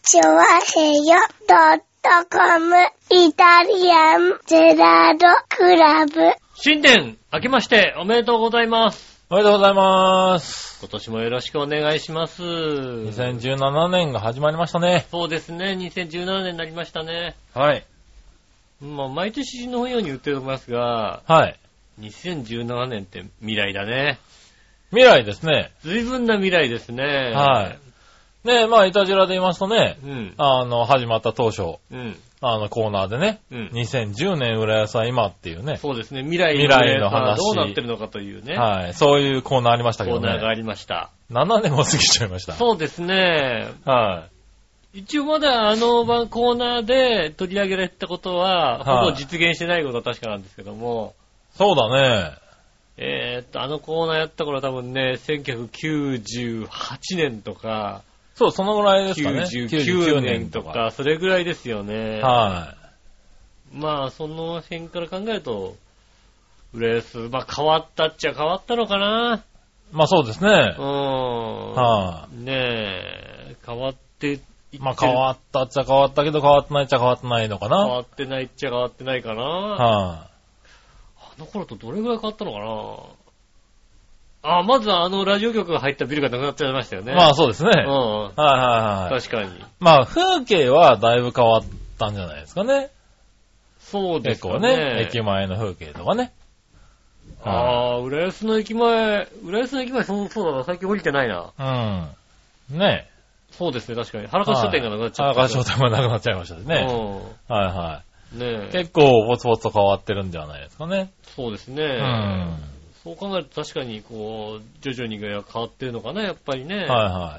チョワヘヨ.com イタリアンゼラードクラブ。 新年明けましておめでとうございます。 おめでとうございます。 今年もよろしくお願いします。 2017年が始まりましたね。 そうですね、2017年になりましたね。 はい。 まあ、毎年のように言っておりますが、 はい。 2017年って未来だね。 未来ですね。 随分な未来ですね。 はい。ねえ、まあ、イタジラで言いますとね、 うん、 始まった当初、 うん、 コーナーでね、 うん、 2010年浦安は今っていうね。 そうですね、未来の話。どうなってるのかというね。 はい。そういうコーナーありましたけどね。 コーナーがありました。 7年も過ぎちゃいました。 そうですね。 はい。 一応まだコーナーで取り上げられたことは、ほぼ実現してないことは確かなんですけども。 そうだね。 コーナーやった頃は多分ね、1998年とか、 そう、そのぐらいですかね。 99年とか、それぐらいですよね。 はい。 まあ、その辺から考えると、浦安、まあ変わったっちゃ変わったのかな。 まあそうですね。 はい。ねえ、変わってまあ変わったっちゃ変わったけど変わってないっちゃ変わってないのかな。 変わってないっちゃ変わってないかな。 はい。 あの頃とどれぐらい変わったのかな。まずラジオ局が入ったビルがなくなっちゃいましたよね。 まあそうですね。 うん。 はいはいはい。 確かに。 まあ風景はだいぶ変わったんじゃないですかね。 そうですかね。 結構ね、駅前の風景とかね。 浦安の駅前、そうだな、最近降りてないな。 うん。ねえ。 そうですね、確かに。原川商店がなくなっちゃった。 原川商店もなくなっちゃいましたね。 うん。 はいはい。 ねえ。 結構ポツポツと変わってるんじゃないですかね。 そうですね。うん。そう考えると確かにこう、徐々に変わってるのかな、やっぱりね。 はいはい。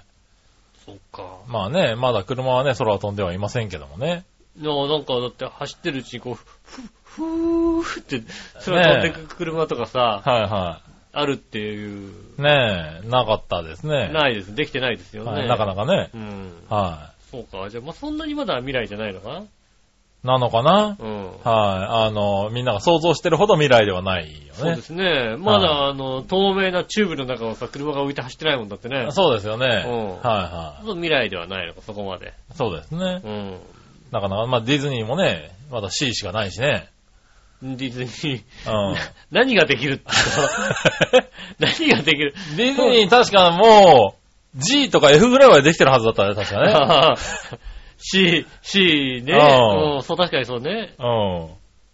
そっか。 まあね、まだ車はね、空を飛んではいませんけどもね。 なんかだって走ってるうちにこう、ふーって、空飛んでく車とかさ、 はいはい。 あるっていう。 ねえ、なかったですね。 ないです。できてないですよね。 はい、なかなかね。 うん。 はい。 そうか。じゃあ、まあ、そんなにまだ未来じゃないのかな？ なのかな？ うん。 はい。みんなが想像してるほど未来ではないよね。 そうですね。まだ、透明なチューブの中をさ、車が浮いて走ってないもんだってね。 そうですよね。 うん。 はいはい。 未来ではないのか、そこまで。 そうですね。 うん。 なかなか、まあ、ディズニーもね、まだ C しかないしね。 ディズニー。 うん。 何ができるって何ができるディズニー確かもう、G とか F ぐらいまでできてるはずだったね、確かね。 C ね。 うん。 そう、確かにそうね。 うん。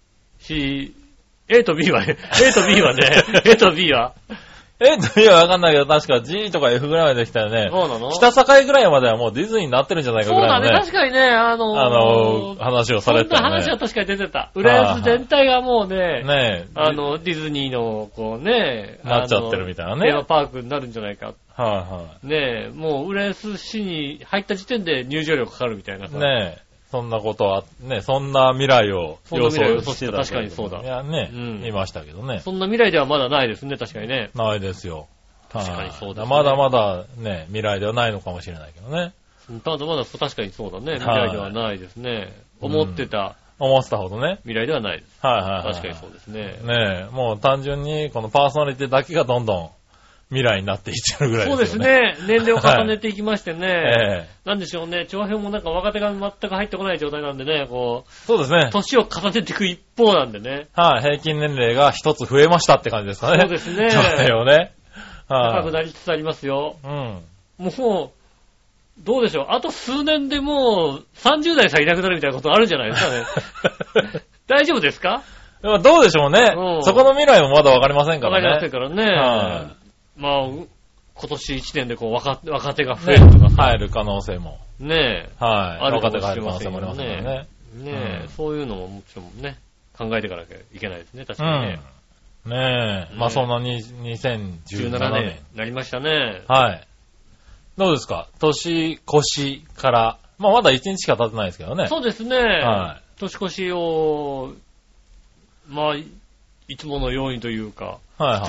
A と B はね。A と B はね。A と B はいや、わかんないけど、確か G とか F ぐらいまでできたよね。 そうなの？ 北境ぐらいまではもうディズニーになってるんじゃないかぐらいのね。 そうだね、確かにね、 話をされてたね。 そんな話は確かに出てた。浦安全体がもうね、 ねディズニーの、こうね、 なっちゃってるみたいなね。 テーマパークになるんじゃないか。 はいはい。 ねもう浦安市に入った時点で入場料かかるみたいなさ。 ねそんなことは、ね、そんな未来を予想してた。 確かにそうだ。 いやね、いましたけどね。 そんな未来ではまだないですね、確かにね。 ないですよ。 確かにそうだ、ね。 まだまだね、未来ではないのかもしれないけどね。 まだ確かにそうだね。未来ではないですね。思ってたほどね。 未来ではないです。 はいはいはい。 確かにそうですね。 ねもう単純にこのパーソナリティだけがどんどん未来になっていっちゃうぐらいですよね。 そうですね。年齢を重ねていきましてね。 はいなんでしょうね。長編もなんか若手が全く入ってこない状態なんでね、こう。 そうですね。 年を重ねていく一方なんでね。 はい、平均年齢が一つ増えましたって感じですかね。 そうですね。 長編をね。 高くなりつつありますよ。 うん。 もう、どうでしょう。あと数年でもう30代さえいなくなるみたいなことあるじゃないですかね。大丈夫ですか？ どうでしょうね。そこの未来もまだわかりませんからね。 わかりませんからね。まあ、今年1年でこう若手が増えるとか入る可能性も。 ねえ。 はい。 あるかもし若手が入る可れませんよ能性もありますからね。 ねえ、そういうのももちろんね、考えていかなきゃいけないですね、確かにね。 ねえ。まあそんなに2017年になりましたね。 はい。どうですか？年越しから、まあまだ1日しか経ってないですけどね。 そうですね。 はい。 年越しを、まあ、いつものようにというか、 はいはい、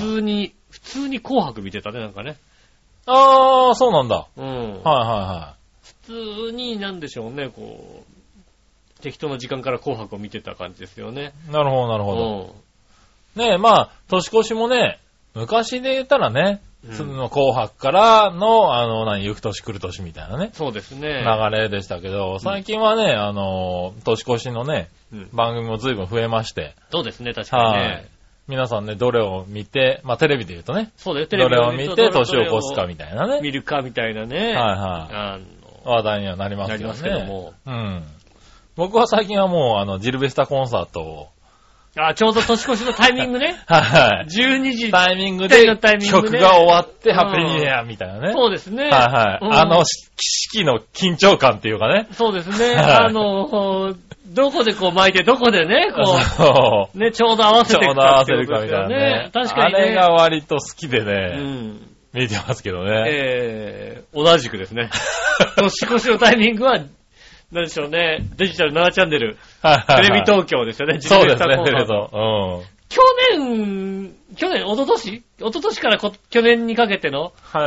普通に紅白見てたね、なんかね。 ああ、そうなんだ。 うん。 はいはい。普通になんでしょうね、こう、適当な時間から紅白を見てた感じですよね。 なるほど、なるほど。ねえ、まあ、年越しもね、昔で言ったらね、 その紅白からの、行く年来る年みたいなね。 そうですね。 流れでしたけど、最近はね、年越しのね、番組も随分増えまして。 そうですね、確かにね。はい。 皆さんね、どれを見て、まあ、テレビで言うとね。 そうです、 テレビを見て、年を越すかみたいなね。 見るかみたいなね。 話題にはなりますけどね。なりますけども。 僕は最近はもう、ジルベスタコンサートを。 ちょうど年越しのタイミングね。 はい。 12時。 タイミングで、曲が終わって、ハッピーニューイヤーみたいなね。 そうですね。 式の緊張感っていうかね。 そうですね。どこでこう巻いて、どこでね、こう、ね、ちょうど合わせていくかっていうことですよね。確かにね。 あれが割と好きでね、見てますけどね。 同じくですね。年越しのタイミングは、なんでしょうね、デジタル7チャンネル、テレビ東京ですよね、 そうですね、 去年、一昨年から去年にかけての、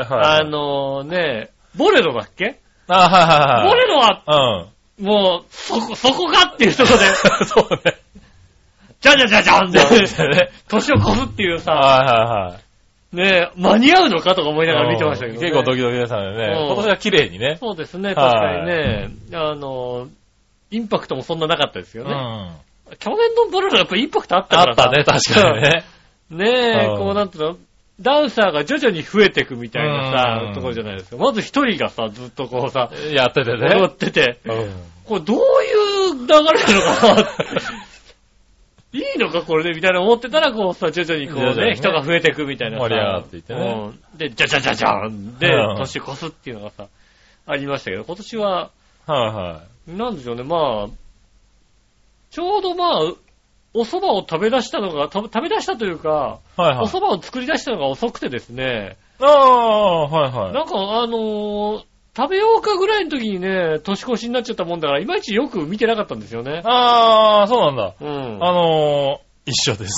ボレロだっけ？ボレロは、もう、そこかっていうところで、 そうね。 じゃんで、年を越すっていうさ、ねえ、間に合うのかとか思いながら見てましたけどね。 結構ドキドキでしたね。今年は綺麗にね。 そうですね、確かにね。インパクトもそんななかったですよね。去年のボレロやっぱりインパクトあったからさ。 あったね、確かにね。 ねえ、こうなんていうの、ダンサーが徐々に増えていくみたいなさ、ところじゃないですか。まず一人がさ、ずっとこうさ、 やっててね。 踊ってて、これどういう流れなのかないいのかこれでみたいな思ってたら、こうさ、徐々にこうね、人が増えていくみたいなさ。 盛り上がっていってね。 で、じゃんで、年越すっていうのがさ、ありましたけど、今年は、なんでしょうね、まあ、ちょうどまあ、お蕎麦を食べ出したというか、お蕎麦を作り出したのが遅くてですね。なんか食べようかぐらいの時にね、年越しになっちゃったもんだから、いまいちよく見てなかったんですよね。 そうなんだ。一緒です。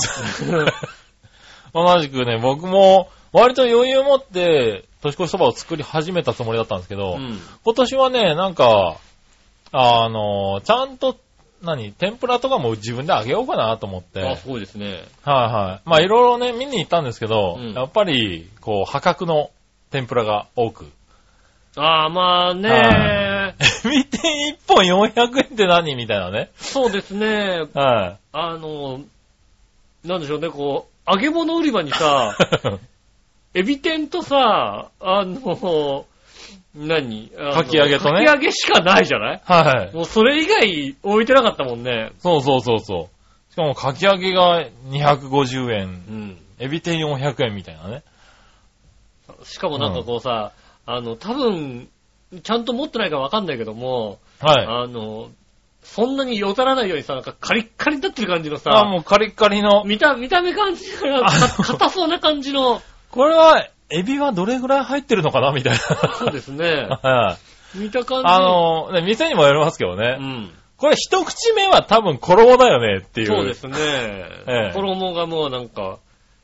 同じくね、僕も割と余裕を持って年越しそばを作り始めたつもりだったんですけど、今年はね、なんか、ちゃんと、天ぷらとかも自分で揚げようかなと思って。 すごいですね。 まあいろいろね、見に行ったんですけど、やっぱり、こう、破格の天ぷらが多く。 まあねエビ天1本400円って何みたいなね。 そうですね。なんでしょうね、こう、揚げ物売り場にさ、エビ天とさ、 かき揚げとね。 かき揚げしかないじゃない？もうそれ以外置いてなかったもんね。 そう。しかもかき揚げが250円。エビ天400円みたいなね。 しかもなんかこうさ、多分、ちゃんと持ってないかわかんないけども、そんなによたらないようにさ、なんかカリッカリになってる感じのさ、 もうカリッカリの。 見た目感じが、硬そうな感じの。 これは、エビはどれぐらい入ってるのかなみたいな。 そうですね。見た感じ。店にもよりますけどね。これ一口目は多分衣だよねっていう。 そうですね。衣がもうなんか、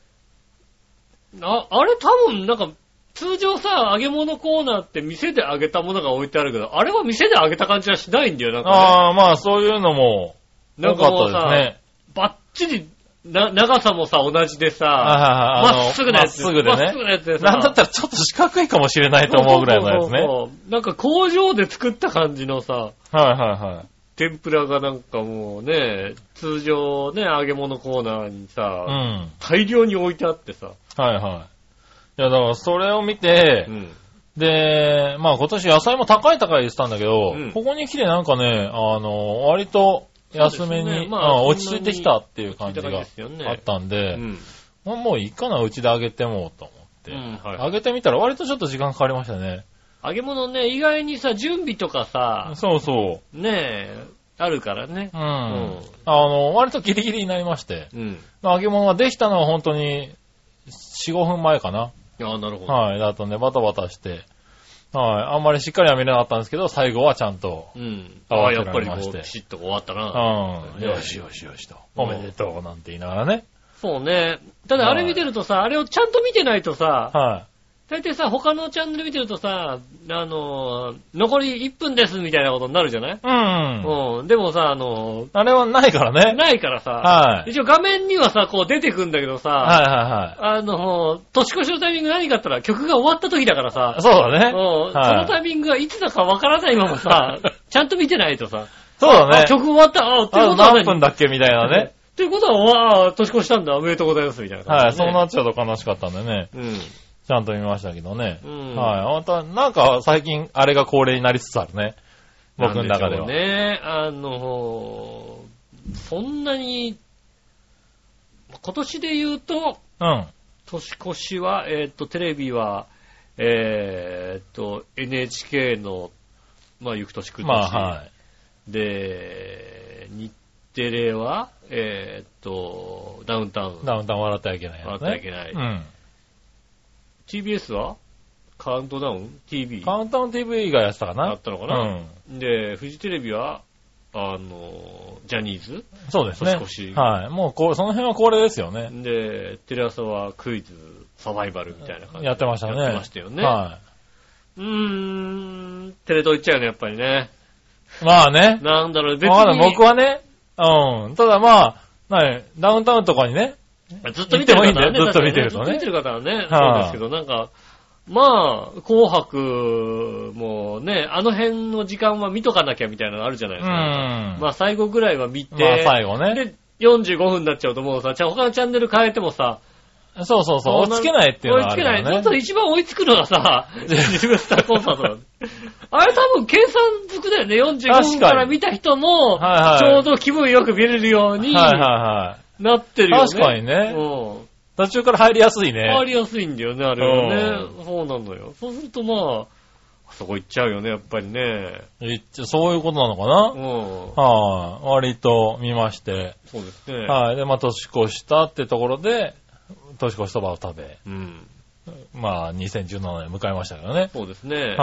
あれ多分なんか、通常さ、揚げ物コーナーって店で揚げたものが置いてあるけど、あれは店で揚げた感じはしないんだよ、なんかね。 まあそういうのも、 なかったですね。バッチリ、長さもさ、同じでさ、まっすぐなやつ。 まっすぐでね。なんだったらちょっと四角いかもしれないと思うぐらいのやつね。 なんか工場で作った感じのさ、天ぷらがなんかもうね、通常ね、揚げ物コーナーにさ、大量に置いてあってさ。 いや、だからそれを見て、で、まあ今年野菜も高い言ってたんだけど、ここに来てなんかね、割と安めに、落ち着いてきたっていう感じがあったんで、もういいかな、うちで揚げてもと思って、揚げてみたら割とちょっと時間かかりましたね。 揚げ物ね、意外にさ、準備とかさ、ねえ、あるからね。割とギリギリになりまして、揚げ物ができたのは本当に4、5分前かな。なるほど。 だとね、バタバタして、あんまりしっかりは見れなかったんですけど、最後はちゃんと、 やっぱりこう、ピシッと終わったな。 よしと。おめでとうなんて言いながらね。 そうね。ただあれ見てるとさ、あれをちゃんと見てないとさ、 大体さ、他のチャンネル見てるとさ、残り1分ですみたいなことになるじゃない？うん。でもさ、 あれはないからね。 ないからさ、 はい。 一応画面にはさ、こう出てくんだけどさ、 はい。 年越しのタイミング何かあったら曲が終わった時だからさ、 そうだね。 そのタイミングがいつだかわからないままさ、ちゃんと見てないとさ、 そうだね。 曲終わった、ってことは何分だっけみたいなね。 っていうことは、年越したんだ、おめでとうございますみたいな感じ、 はい、そうなっちゃうと悲しかったんでね。 うん。 ちゃんと見ましたけどね。はい。また、なんか最近あれが恒例になりつつあるね。僕の中では。 ね、そんなに、今年で言うと、年越しは、テレビは、NHK の、まあ、ゆく年来る年。 まあ、はい。 で、日テレは、ダウンタウン。 ダウンタウン笑ってはいけないやつね。 笑ってはいけない。うん。TBS はカウントダウン ?TV? カウントダウン TV がやってたかな？ あったのかな？うん。で、フジテレビは、ジャニーズ？ そうですね。 年越し。 はい。もうその辺は恒例ですよね。 で、テレ朝はクイズ、サバイバルみたいな感じで。 やってましたね。 やってましたよね。 はい。 テレ東行っちゃうよね、やっぱりね。 まあね。 なんだろう、別に。僕はね、ただまあ、ダウンタウンとかにね、 ずっと見てる方はね。 ずっと見てるとね。 ずっと見てる方はね、そうですけど、なんか、まあ、紅白もね、あの辺の時間は見とかなきゃみたいなのあるじゃないですか。まあ最後ぐらいは見て、 まあ最後ね。 で、45分になっちゃうともうさ、他のチャンネル変えてもさ、 そう、追いつけないっていうのがあるからね。 追いつけない。ずっと一番追いつくのがさ、ジムスターコンサートなんで。あれ多分計算づくだよね。45分から見た人も、ちょうど気分よく見れるように、なってるよね。 確かにね。途中から入りやすいね。 入りやすいんだよね、あれはね。そうなのよ。そうするとまあ、そこ行っちゃうよね、やっぱりね。 そういうことなのかな？割と見まして。 そうですね。 はい。で、まあ、年越したってところで、年越しそばを食べ。まあ、2017年迎えましたけどね。 そうですね。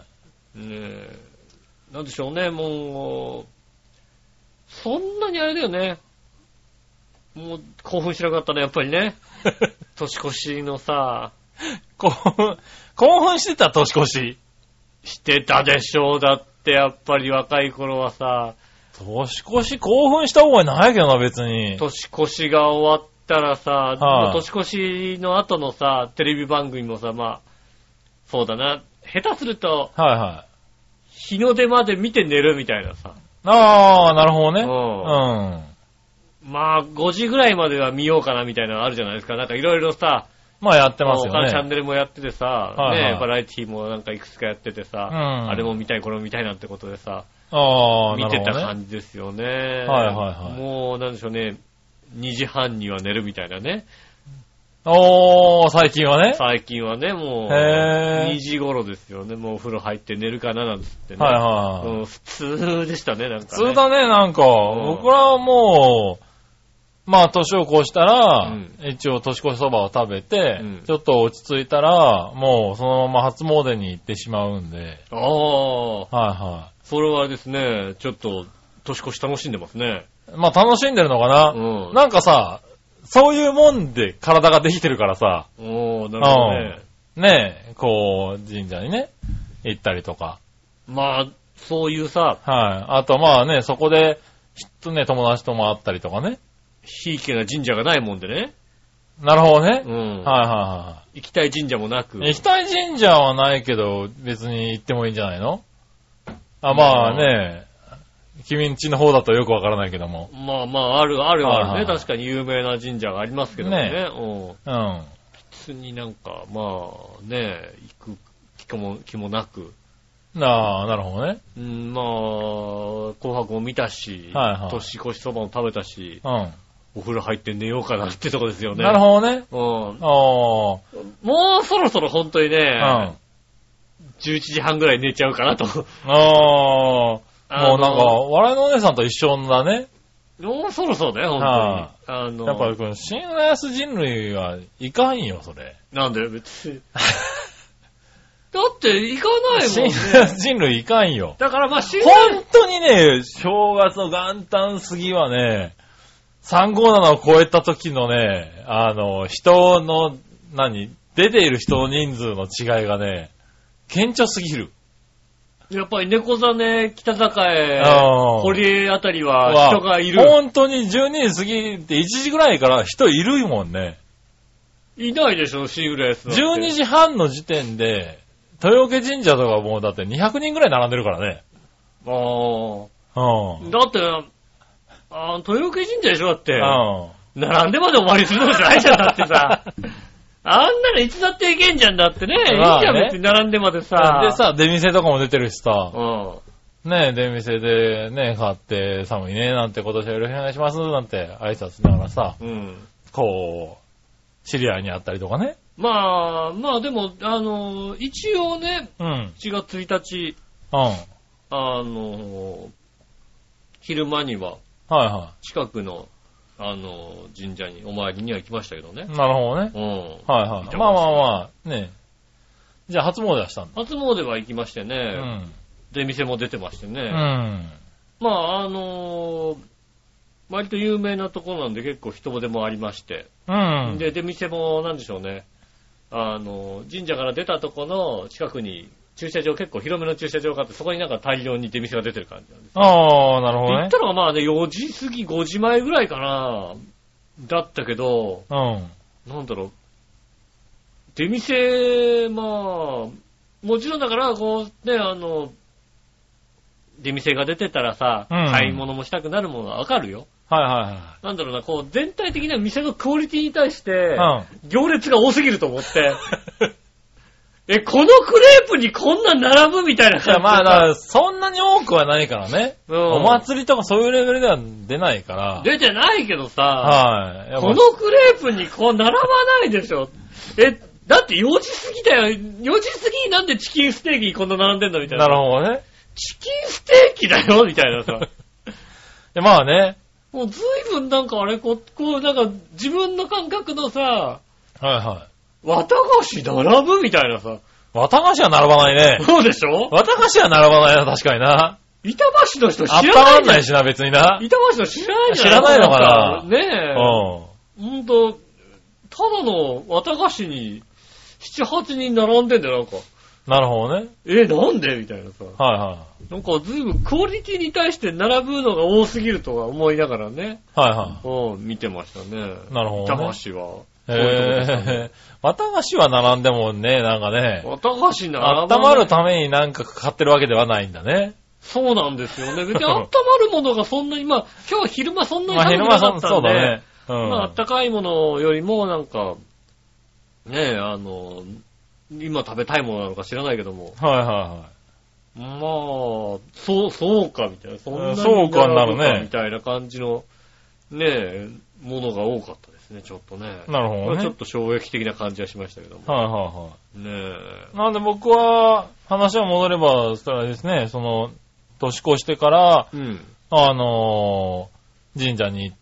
なんでしょうね、もう、そんなにあれだよね。もう、興奮しなかったね、やっぱりね。年越しのさ、 興奮してた年越し。 してたでしょう。だってやっぱり若い頃はさ、 年越し興奮した覚えないけどな、別に。 年越しが終わったらさ、年越しの後のさ、テレビ番組もさ、まあ、そうだな、下手すると、日の出まで見て寝るみたいなさ。 なるほどね。 まあ、5時ぐらいまでは見ようかなみたいなのあるじゃないですか。なんかいろいろさ、 まあやってますよね。 他のチャンネルもやっててさ、ね、バラエティもなんかいくつかやっててさ、あれも見たい、これも見たいなんてことでさ、見てた感じですよね。もう、なんでしょうね、2時半には寝るみたいなね。 最近はね。 最近はね、もう、2時頃ですよね。もうお風呂入って寝るかななんつってね。普通でしたね、なんか、ね。 普通だね、なんか。僕らはもう、まあ、年を越したら、一応年越しそばを食べて、ちょっと落ち着いたら、もうそのまま初詣に行ってしまうんで。 それはあれですね、ちょっと年越し楽しんでますね。 まあ、楽しんでるのかな。なんかさ、そういうもんで体ができてるからさ。 なるほどね。 ねえ、こう、神社にね、行ったりとか。 まあ、そういうさ。 あとまあね、そこで、きっとね、友達とも会ったりとかね。 ひいきな神社がないもんでね。 なるほどね。 行きたい神社もなく。 行きたい神社はないけど、別に行ってもいいんじゃないの？まあね、君んちの方だとよくわからないけども。 まあ、あるね。確かに有名な神社がありますけどね。別になんか、まあね、行く気もなく。 なるほどね。 まあ、紅白も見たし、年越しそばも食べたし、お風呂入って寝ようかなってとこですよね。 なるほどね。 もうそろそろ本当にね、11時半ぐらい寝ちゃうかなと。 もうなんか、笑いのお姉さんと一緒だね。 もうそろそろだよ、本当に。 やっぱりこの、新浦安人類はいかんよ、それ。 なんで別に。だって行かないもんね。 新浦安人類いかんよ。 だからまあ本当にね、正月の元旦過ぎはね、357を超えた時のね、人の、 出ている人の人数の違いがね、顕著すぎる。 やっぱり猫座ね、北栄、堀江あたりは人がいる。 本当に12時過ぎて1時ぐらいから人いるもんね。 いないでしょ、シーグレース。 12時半の時点で、豊受神社とかもうだって200人ぐらい並んでるからね。 だって、豊受神社でしょだって。並んでまで終わりするのじゃないじゃん、だってさ。あんなのいつだっていけんじゃんだってね。いいじゃん、別に並んでまでさ。 でさ、出店とかも出てるしさ。ねえ、出店でね、買って寒いね、なんて今年はよろしくお願いします、なんて挨拶しながらさ。こう、知り合いに会ったりとかね。 まあでも、一応ね、7月1日、昼間には、近くの、神社にお参りには行きましたけどね。 なるほどね。まあ、ね。じゃあ初詣はしたんだ。 初詣は行きましてね。出店も出てましてね。まあ、割と有名なところなんで結構人出もありまして。で、出店もなんでしょうね。神社から出たとこの近くに駐車場、結構広めの駐車場があって、そこになんか大量に出店が出てる感じなんです。 なるほどね。 行ったのがまあね、4時過ぎ、5時前ぐらいかな。だったけど、なんだろう。出店、まあ、もちろんだから、こう、ね、出店が出てたらさ、買い物もしたくなるものはわかるよ。なんだろうな、こう、全体的な店のクオリティに対して、行列が多すぎると思って、このクレープにこんな並ぶみたいな感じで。 まあ、そんなに多くはないからね。お祭りとかそういうレベルでは出ないから。 出てないけどさ、このクレープにこう並ばないでしょ。だって4時過ぎだよ。4時過ぎになんでチキンステーキにこんな並んでんのみたいな。 なるほどね。 チキンステーキだよみたいなさ。 まあね。 もう随分なんかあれ、こうなんか自分の感覚のさ、綿菓子並ぶみたいなさ。 綿菓子は並ばないね。 そうでしょ？ 綿菓子は並ばないな、確かにな。 板橋の人知らない。 あったまんないしな、別にな。 板橋の知らないじゃん。 知らないのかな。 ねえ。ほんと、ただの綿菓子に7、8人並んでんだよ、なんか。 なるほどね。 なんでみたいなさ。なんか随分クオリティに対して並ぶのが多すぎるとか思いながらね。見てましたね。 なるほどね。 板橋は。 綿菓子は並んでもね、なんかね。 綿菓子並ば温まるためになんか買ってるわけではないんだね。 そうなんですよね。別に温まるものがそんなに、今日は昼間そんなに寒くなかったんで。 そうだね。 温かいものよりもなんか、ね今食べたいものなのか知らないけども。まあ、そうか、みたいな。そんなにそうかになるね。 みたいな感じの、ねものが多かったですね、ちょっとね。 なるほどね。 ちょっと衝撃的な感じはしましたけども。 なんで僕は、話を戻れば、それですね、年越してから、神社に行って、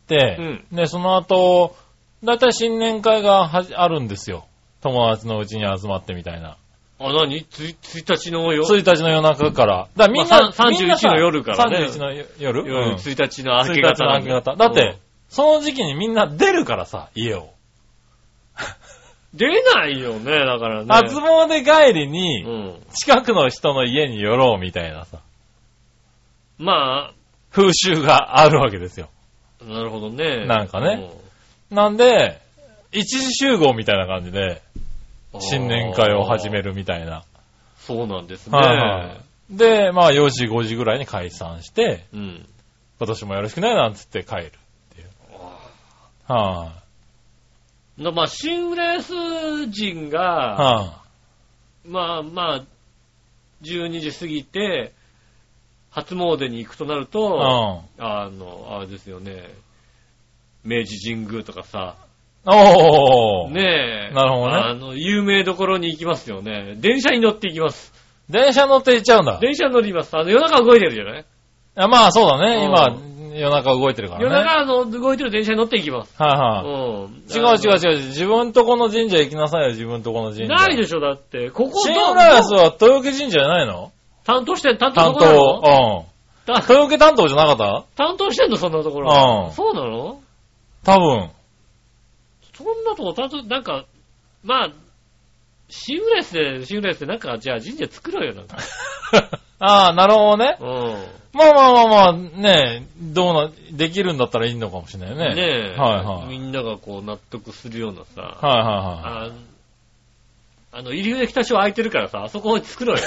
で、その後、だいたい新年会があるんですよ。友達のうちに集まってみたいな。 何 ?1 日の夜 ?1 日の夜中から。だからみんな、 31の夜からね。 31の夜 ?1 日の明け方。 1日の明け方。だって、その時期にみんな出るからさ、家を。 出ないよね、だからね。 初詣帰りに、近くの人の家に寄ろうみたいなさ。 まあ、 風習があるわけですよ。 なるほどね。 なんかね。なんで、一時集合みたいな感じで、新年会を始めるみたいな。 そうなんですね。 で、まあ4時、5時ぐらいに解散して、今年もよろしくね、なんつって帰るっていう。まあ、新レース人が、まあ、12時過ぎて、初詣に行くとなると、あれですよね、明治神宮とかさ、ねえ。 なるほどね。 有名どころに行きますよね。電車に乗って行きます。 電車乗って行っちゃうんだ。 電車乗ります。夜中動いてるじゃない？ まあそうだね。今、夜中動いてるからね。 夜中動いてる電車に乗って行きます。 違う。自分とこの神社行きなさいよ、自分とこの神社。 ないでしょ、だって。ここ新浦安は豊受神社じゃないの？ 担当してんの？ 豊受担当じゃなかった？ 担当してんの、そんなところ。そうなの？ 多分。 そんなとこ、なんか、まあ、 シームレスでなんか、じゃあ神社作ろうよ、なんか。 ああ、なるほどね。 うん。 まあ、ねできるんだったらいいのかもしれないね。 ねえ。 はいはい。 みんながこう納得するようなさ。 はい。 入り口北署空いてるからさ、あそこを作ろうよ。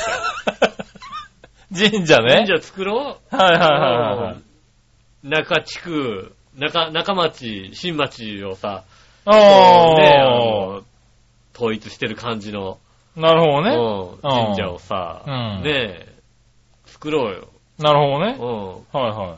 神社ね。 神社作ろう。 はい。 中地区、中町、新町をさ、統一してる感じの。 なるほどね。 神社をさ、ねえ、作ろうよ。 なるほどね。はい。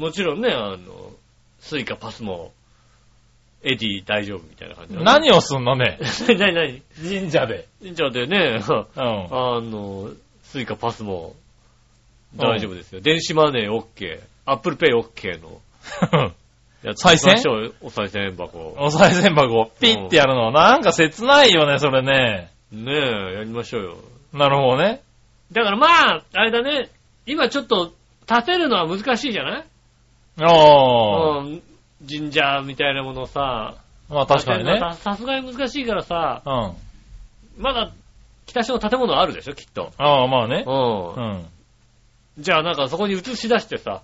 もちろんね、スイカパスも、エディ大丈夫みたいな感じ、ね。 何をすんのね。 何神社で。 神社でね、スイカパスも大丈夫ですよ。電子マネー OK、アップルペイ OK の。 再銭お賽銭箱。 お賽銭箱、ピッてやるの。なんか切ないよね、それね。 ねえ、やりましょうよ。 なるほどね。 だからまあ、あれだね、今ちょっと建てるのは難しいじゃない？神社みたいなものをさ。 まあ確かにね。 さすがに難しいからさ。まだ、北署の建物あるでしょ、きっと。 まあね。 じゃあなんかそこに映し出してさ。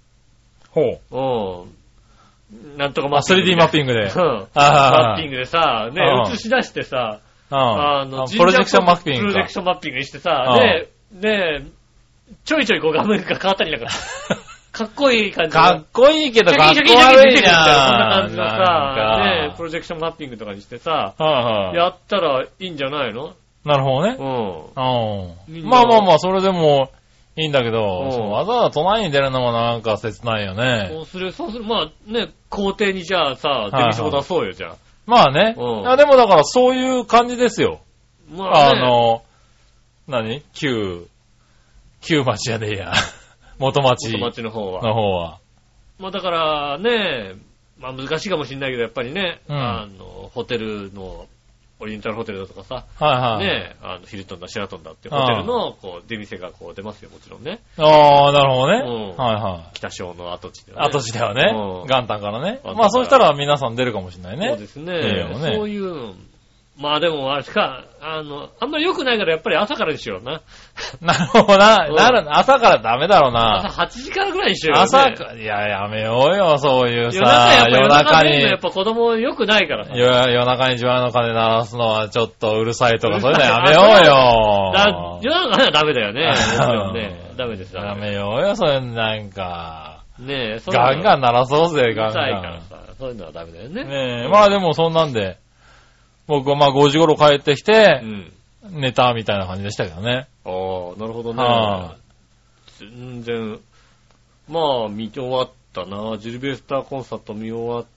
なんとかマッピングで。 3D マッピングで。 マッピングでさ、ね、映し出してさ、 プロジェクションマッピング。 プロジェクションマッピングにしてさ、で、ちょいちょいこう画面が変わったりなんか、かっこいい感じ。 かっこいいけどかっこ悪いじゃん。そんな感じのさ、ね、プロジェクションマッピングとかにしてさ、やったらいいんじゃないの？ なるほどね。まあ、それでもいいんだけど、わざわざ隣に出るのもなんか切ないよね。 そうする。まあね、校庭にじゃあさ、出店出そうよ、じゃあ。 まあね。でもだからそういう感じですよ。 まあね、旧町やでや。元町の方は。 まあだからね、まあ難しいかもしれないけど、やっぱりね、ホテルの、オリエンタルホテルだとかさ、ね、ヒルトンだ、シェラトンだってホテルの、こう、出店がこう出ますよ、もちろんね。 なるほどね。 北小の跡地ではね。跡地ではね。元旦からね。まあそうしたら皆さん出るかもしれないね。 そうですね。そういうの。まあでも、あれか、あんまり良くないからやっぱり朝からにしような。 なるほどな。朝からダメだろうな。 朝8時からぐらいにしようよ、 いや、やめようよ、そういうさ。夜中に。やっぱ子供良くないからさ。 夜中に自慢の鐘鳴らすのはちょっとうるさいとかそういうのやめようよ。 夜中にはダメだよね。ダメです。 やめようよ、そういうのなんか。 ねえ、 ガンガン鳴らそうぜ、ガンガン。うるさいからさ。そういうのはダメだよね。 ねえ、まあでもそんなんで。僕はまあ5時頃帰ってきて、寝たみたいな感じでしたけどね。 なるほどね。全然、まあ見終わったな。ジルベスターコンサート見終わって、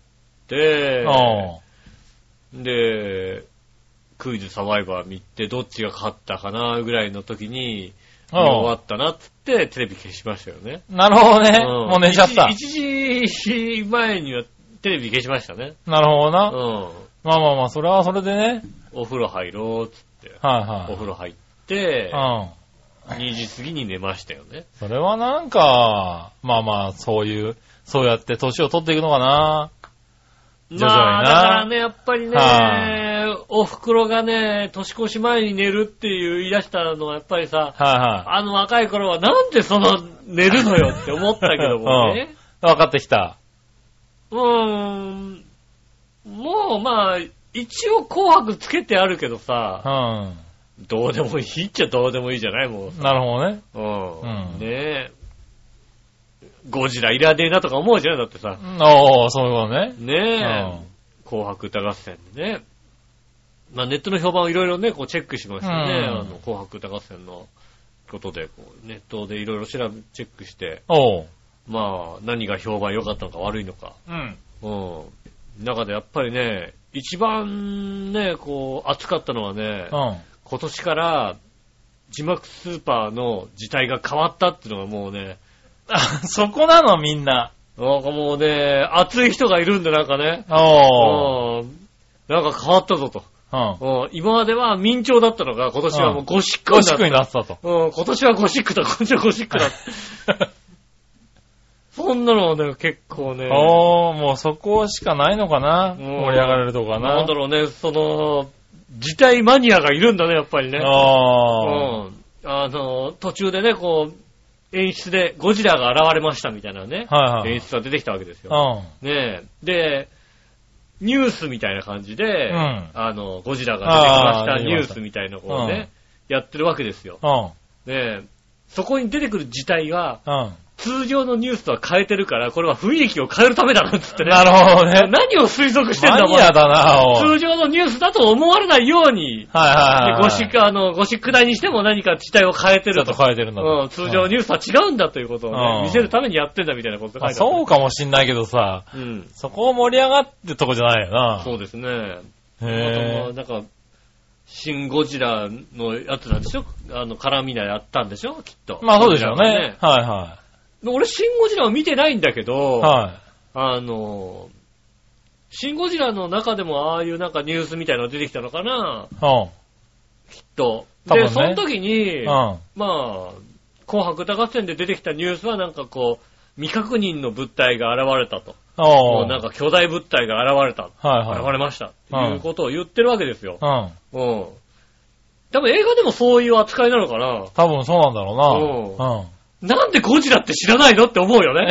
で、クイズサバイバー見て、どっちが勝ったかなぐらいの時に、見終わったなっつってテレビ消しましたよね。 なるほどね。もう寝ちゃった。 1時前にはテレビ消しましたね。 なるほどな。まあ、それはそれでね。 お風呂入ろうっつって。お風呂入って、2時過ぎに寝ましたよね。 それはなんか、まあ、そうやって年を取っていくのかな。 徐々にな。まあ、だからね、やっぱりね、お袋がね、年越し前に寝るって言い出したのはやっぱりさ、若い頃はなんで寝るのよって思ったけどもね。 分かってきた。 もうまあ、一応紅白つけてあるけどさ、どうでもいいっちゃどうでもいいじゃないもう。 なるほどね。 ねえ。ゴジラいらねえなとか思うじゃんだってさ。 そういうことね。 ねえ。紅白歌合戦でね。まあネットの評判をいろいろね、こうチェックしましたね。紅白歌合戦のことで、こうネットでいろいろチェックして。まあ、何が評判良かったのか悪いのか。中でやっぱりね、一番ね、こう、熱かったのはね、今年から字幕スーパーの字体が変わったっていうのがもうね、 そこなのみんな。 なんかもうね、熱い人がいるんでなんかね、なんか変わったぞと。今までは明朝だったのが今年はもうゴシックになったと。 今年はゴシックだ、今年はゴシックだ。そんなのはね、結構ね。 もうそこしかないのかな、盛り上がれるとこかな。 なんだろうね、 自体マニアがいるんだね、やっぱりね。途中でね、こう、演出でゴジラが現れましたみたいなね、演出が出てきたわけですよ。ねえ。で、ニュースみたいな感じで、ゴジラが出てきましたニュースみたいなこうね、やってるわけですよ。ねえ。そこに出てくる自体が、通常のニュースとは変えてるから、これは雰囲気を変えるためだなって言ってね。なるほどね。何を推測してんだ、 マニアだな、 通常のニュースだと思われないように、ゴシック台にしても何か自体を変えてると。 ちょっと変えてるんだと。 通常のニュースとは違うんだということをね、見せるためにやってんだみたいなことが書いてある。 そうかもしんないけどさ、そこを盛り上がってるとこじゃないよな。 そうですね。なんか、シン・ゴジラのやつなんでしょ？絡みなやったんでしょ？きっと。 まあそうでしょうね。 俺、シン・ゴジラを見てないんだけど、シン・ゴジラの中でもああいうなんかニュースみたいなの出てきたのかな、きっと。で、その時に、まあ、紅白歌合戦で出てきたニュースはなんかこう、未確認の物体が現れたと。もうなんか巨大物体が現れた。現れました。っていうことを言ってるわけですよ。多分映画でもそういう扱いなのかな。 多分そうなんだろうな。 なんでゴジラって知らないのって思うよね。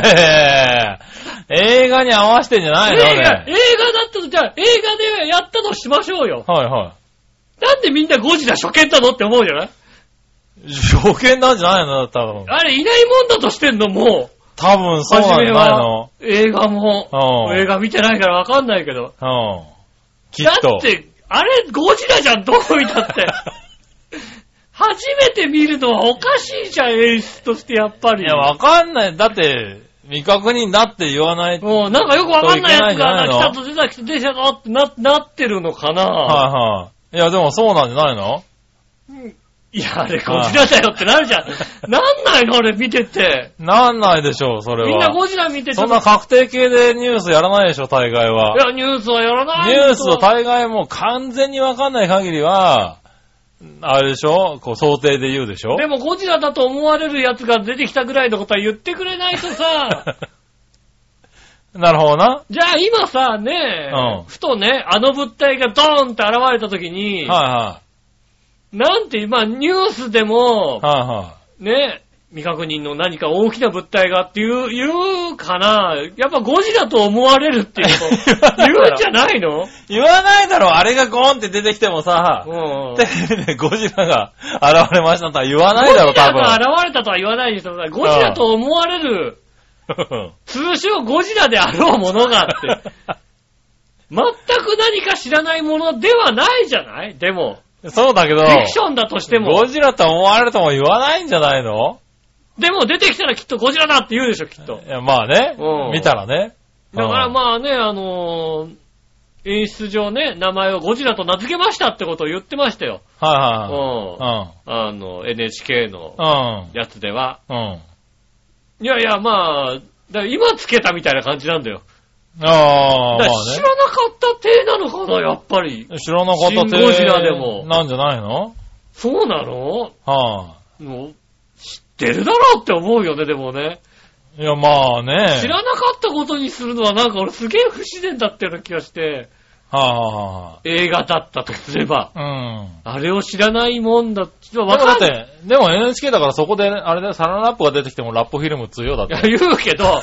映画に合わせてんじゃないのね。 映画だったと、じゃあ映画でやったとしましょうよ。なんでみんなゴジラ初見なのって思うじゃない？ 初見なんじゃないの多分。 あれいないもんだとしてんのもう。 多分そうなんじゃないの。 映画も、映画見てないからわかんないけど。 きっと。 だって、あれゴジラじゃん、どこ見たって。初めて見るのはおかしいじゃん、演出としてやっぱり。 いや、わかんない。だって、未確認だって言わないと。 もうなんかよくわかんないやつが来たと出たのってなってるのかな。 いや、でもそうなんじゃないの？ いや、あれゴジラだよってなるじゃん。なんないのあれ見てて。 なんないでしょう、それは。 みんなゴジラ見てて。 そんな確定系でニュースやらないでしょ、大概は。 いや、ニュースはやらない。 ニュースは大概もう完全にわかんない限りは、あれでしょ？こう想定で言うでしょ？ でもゴジラだと思われるやつが出てきたぐらいのことは言ってくれないとさ。 なるほどな。 じゃあ今さ、ねえ、ふとね、あの物体がドーンって現れた時に、なんて、まあニュースでも、ね、未確認の何か大きな物体がって言うかな。やっぱゴジラと思われるっていうこと言うんじゃないの？ 言わないだろ。あれがゴーンって出てきてもさ、テレビでゴジラが現れましたとは言わないだろ、多分。 ゴジラが現れたとは言わないでしょ。ゴジラと思われる、通称ゴジラであろうものがあって、全く何か知らないものではないじゃない？でも。 そうだけど、 フィクションだとしても。 ゴジラと思われるとも言わないんじゃないの？ でも出てきたらきっとゴジラだって言うでしょ、きっと。 いや、まあね。見たらね。 だからまあね、演出上ね、名前をゴジラと名付けましたってことを言ってましたよ。NHK のやつでは。いやいや、まあ、今つけたみたいな感じなんだよ。知らなかった体なのかな、やっぱり。 知らなかった体。 シン・ゴジラでも。 なんじゃないの？ そうなの？もう、知ってるだろうって思うよね、でもね。 いや、まあね。 知らなかったことにするのはなんか俺すげえ不自然だったような気がして。映画だったとすれば。あれを知らないもんだって。 わかんない。でも NHK だからそこで、あれでサランラップが出てきてもラップフィルム通用だって。 いや、言うけど。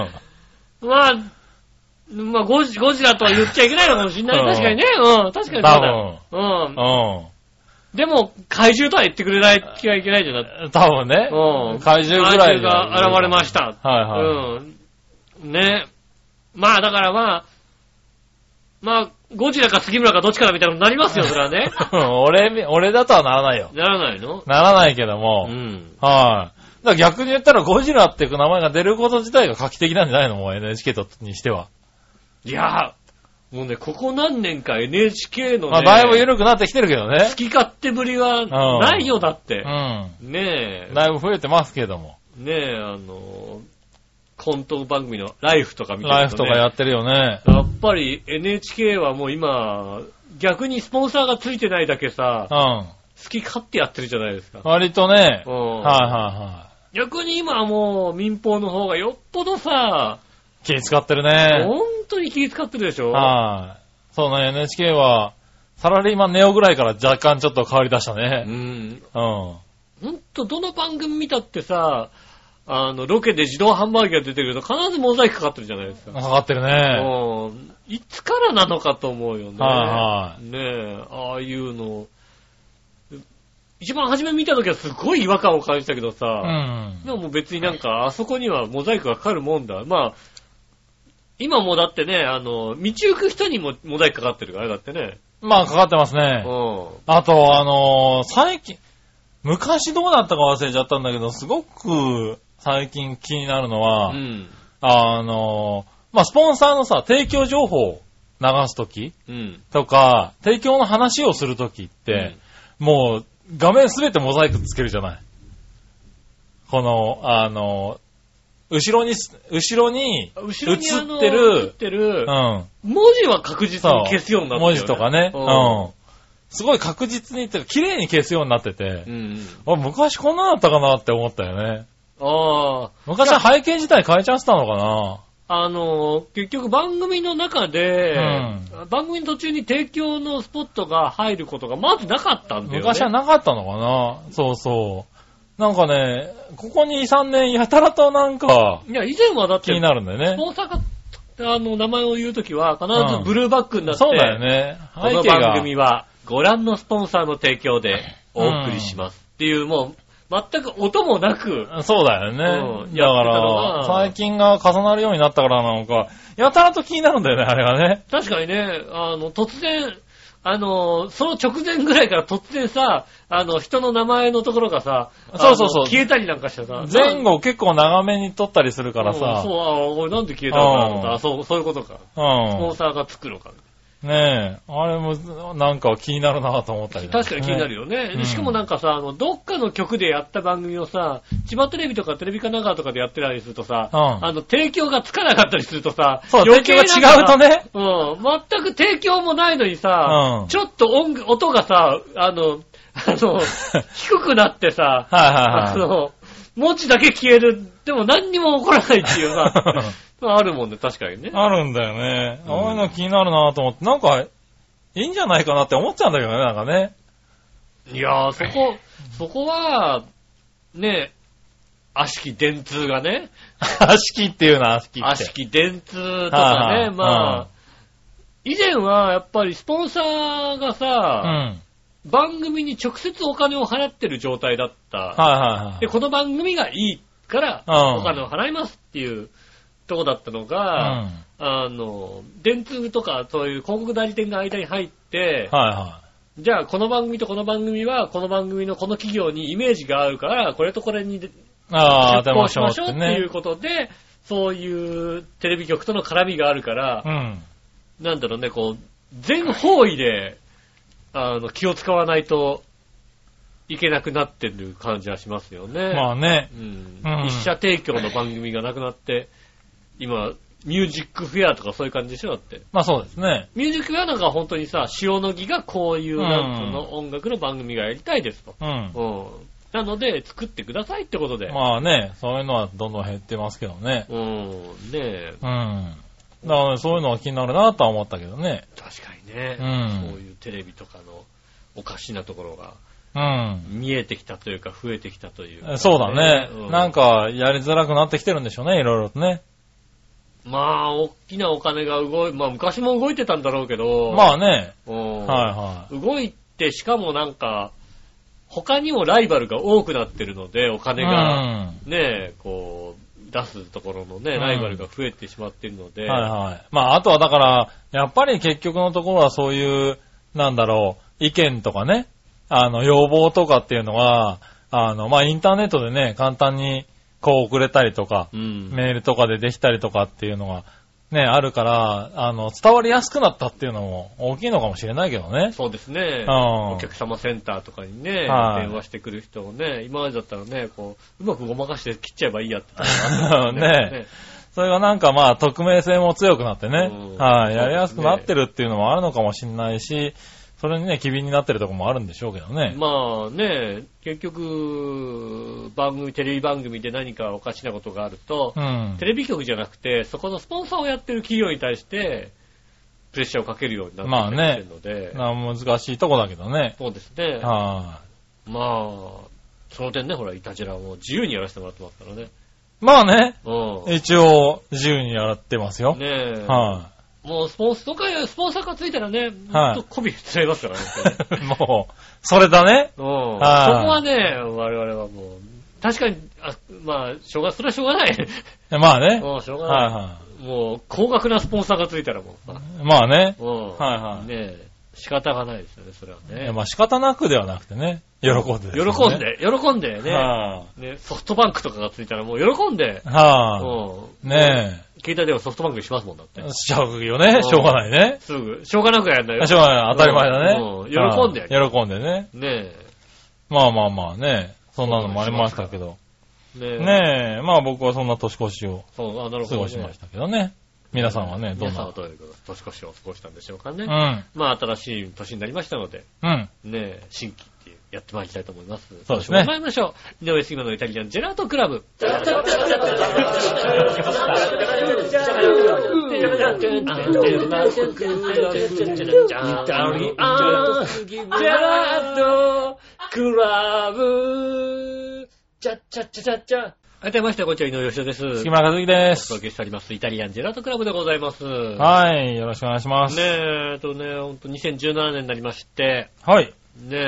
まあ、ゴジラとは言っちゃいけないのかもしれない。確かにね。確かにそうだ。でも、怪獣とは言ってくれない気がいけないじゃな。 多分ね。怪獣ぐらいが現れました。ね。まあ、だからまあ、ゴジラか杉村かどっちかみたいなことになりますよ、それはね。 俺だとはならないよ。 ならないの？ ならないけども。だから逆に言ったらゴジラっていう名前が出ること自体が画期的なんじゃないの？もう NHK にしては。いやもうね、ここ何年か NHK のね。 だいぶ緩くなってきてるけどね。 好き勝手ぶりはないよ、だって。 ねえ。だいぶ増えてますけども。 ねえ、コント番組のライフとか見てるとね。 ライフとかやってるよね。 やっぱり NHK はもう今、逆にスポンサーがついてないだけさ、好き勝手やってるじゃないですか。 割とね。 逆に今はもう民放の方がよっぽどさ、 気使ってるね。 本当に気使ってるでしょ？ そうね、NHK は、 サラリーマンネオぐらいから若干ちょっと変わり出したね。 ほんと、どの番組見たってさ、ロケで自動販売機が出てくると必ずモザイクかかってるじゃないですか。 かかってるね。 いつからなのかと思うよね。 はい。 ねえ、ああいうの。一番初め見た時はすごい違和感を感じたけどさ、でも別になんかあそこにはモザイクがかかるもんだ。まあ、今もだってね、道行く人にもモザイクかかってるからだってね。 まあかかってますね。あと最近、昔どうだったか忘れちゃったんだけど、すごく最近気になるのは、まあスポンサーのさ、提供情報を流すとき、とか、提供の話をするときって、もう画面すべてモザイクつけるじゃない。この、後ろに映ってる、 文字は確実に消すようになってる、ね。 文字とかね。すごい確実に、綺麗に消すようになってて、昔こんなだったかなって思ったよね。昔は背景自体変えちゃってたのかな。 結局番組の中で、番組の途中に提供のスポットが入ることがまずなかったんだよね。 昔はなかったのかな。そうそう。なんかね、ここ2、3年やたらとなんか、 いや、以前はだって気になるんだよね。 スポンサーが、名前を言うときは必ずブルーバックになって、 そうだよね。 この番組はご覧のスポンサーの提供でお送りしますっていう、もう、全く音もなく。 そうだよね。だから、最近が重なるようになったからなのか、やたらと気になるんだよね、あれがね。 確かにね、突然、その直前ぐらいから突然さ、人の名前のところがさ、 そう消えたりなんかしてさ。 前後結構長めに撮ったりするからさ。 俺なんで消えたのかなと思ったら、そういうことか。スポンサーが作るのか。 ねえ、あれもなんか気になるなと思ったり、ね。 確かに気になるよね。しかもなんかさ、どっかの局でやった番組をさ、千葉テレビとかテレビ神奈川とかでやってたりするとさ、提供がつかなかったりするとさ、 提供が違うとね。 全く提供もないのにさ、ちょっと音がさ、低くなってさ、文字だけ消える。でも何にも起こらないっていうさ、あるもんね、確かにね。 あるんだよね。ああいうの気になるなと思って、なんか、いいんじゃないかなって思っちゃうんだけどね、なんかね。 いやー、そこは、ね、悪しき電通がね。 悪しきっていうのは悪しきって。 悪しき電通とかね、まあ、以前はやっぱりスポンサーがさ、番組に直接お金を払ってる状態だった。で、この番組がいいからお金を払いますっていうとこだったのが、電通とかそういう広告代理店が間に入って、じゃあこの番組とこの番組はこの番組のこの企業にイメージが合うからこれとこれに出稿しましょうっていうことで、そういうテレビ局との絡みがあるから、なんだろうね、こう、全方位で、気を使わないといけなくなってる感じはしますよね。 まあね。 一社提供の番組がなくなって、今、ミュージックフェアとかそういう感じでしょだって。 まあそうですね。 ミュージックフェアなんか本当にさ、塩野義がこういうなんの音楽の番組がやりたいですと。なので、作ってくださいってことで。 まあね、そういうのはどんどん減ってますけどね。だから、そういうのは気になるなとは思ったけどね。 確かにね。そういうテレビとかのおかしなところが、見えてきたというか、増えてきたというか、ね。 そうだね。なんか、やりづらくなってきてるんでしょうね、いろいろとね。 まあ、大きなお金がまあ昔も動いてたんだろうけど。 まあね。 動いて、しかもなんか、他にもライバルが多くなってるので、お金が、ね、こう、出すところのね、ライバルが増えてしまっているので。 まあ、あとはだから、やっぱり結局のところはそういう、なんだろう、意見とかね、要望とかっていうのは、まあ、インターネットでね、簡単に、こう送れたりとか、メールとかでできたりとかっていうのが、ね、あるから、伝わりやすくなったっていうのも大きいのかもしれないけどね。 そうですね。お客様センターとかにね、電話してくる人をね、今までだったらね、こう、うまくごまかして切っちゃえばいいやってね。それがなんかまあ、匿名性も強くなってね、やりやすくなってるっていうのもあるのかもしれないし、それにね、機敏になってるところもあるんでしょうけどね。 まあね、結局、テレビ番組で何かおかしなことがあると、テレビ局じゃなくて、そこのスポンサーをやってる企業に対して、 プレッシャーをかけるようになってきてるので。 まあね。難しいとこだけどね。 そうですね。 はい。 まあ、その点ね、ほら、イタジラも自由にやらせてもらってますからね。 まあね。一応、自由にやってますよ。 ねえ。 はい。 もうスポンサーがついたらね、ほんと媚びつらいますからね。 もう、それだね。 そこはね、我々はもう、確かに、まあ、それはしょうがない。 まあね。 しょうがない。はいはい。もう、高額なスポンサーがついたらもう。 まあね。 はいはい。ねえ、仕方がないですよね、それはね。 まあ仕方なくではなくてね。喜んで、ね。 喜んでね。ね、ソフトバンクとかがついたらもう喜んで。ねえ。携帯ではソフトバンクにしますもんだって。 しちゃうよね。しょうがないね。 すぐ。しょうがなくやんないよ。 しょうがない。当たり前だね。 喜んで。 喜んでね。 ねえ。 まあね。そんなのもありましたけど。ねえ。まあ僕はそんな年越しを過ごしましたけどね。皆さんはね、どんな。皆さんはどういう年越しを過ごしたんでしょうかね。まあ新しい年になりましたので。ねえ、新規ってやってまいりたいと思います。 そうですね。 参りましょう。井上杉村のイタリアンジェラートクラブ。はい、どうもこんにちは、井上芳雄です。 杉村和樹です。 お届けしております。イタリアンジェラートクラブでございます。 はい、よろしくお願いします。 ほんと2017年になりまして。 はい。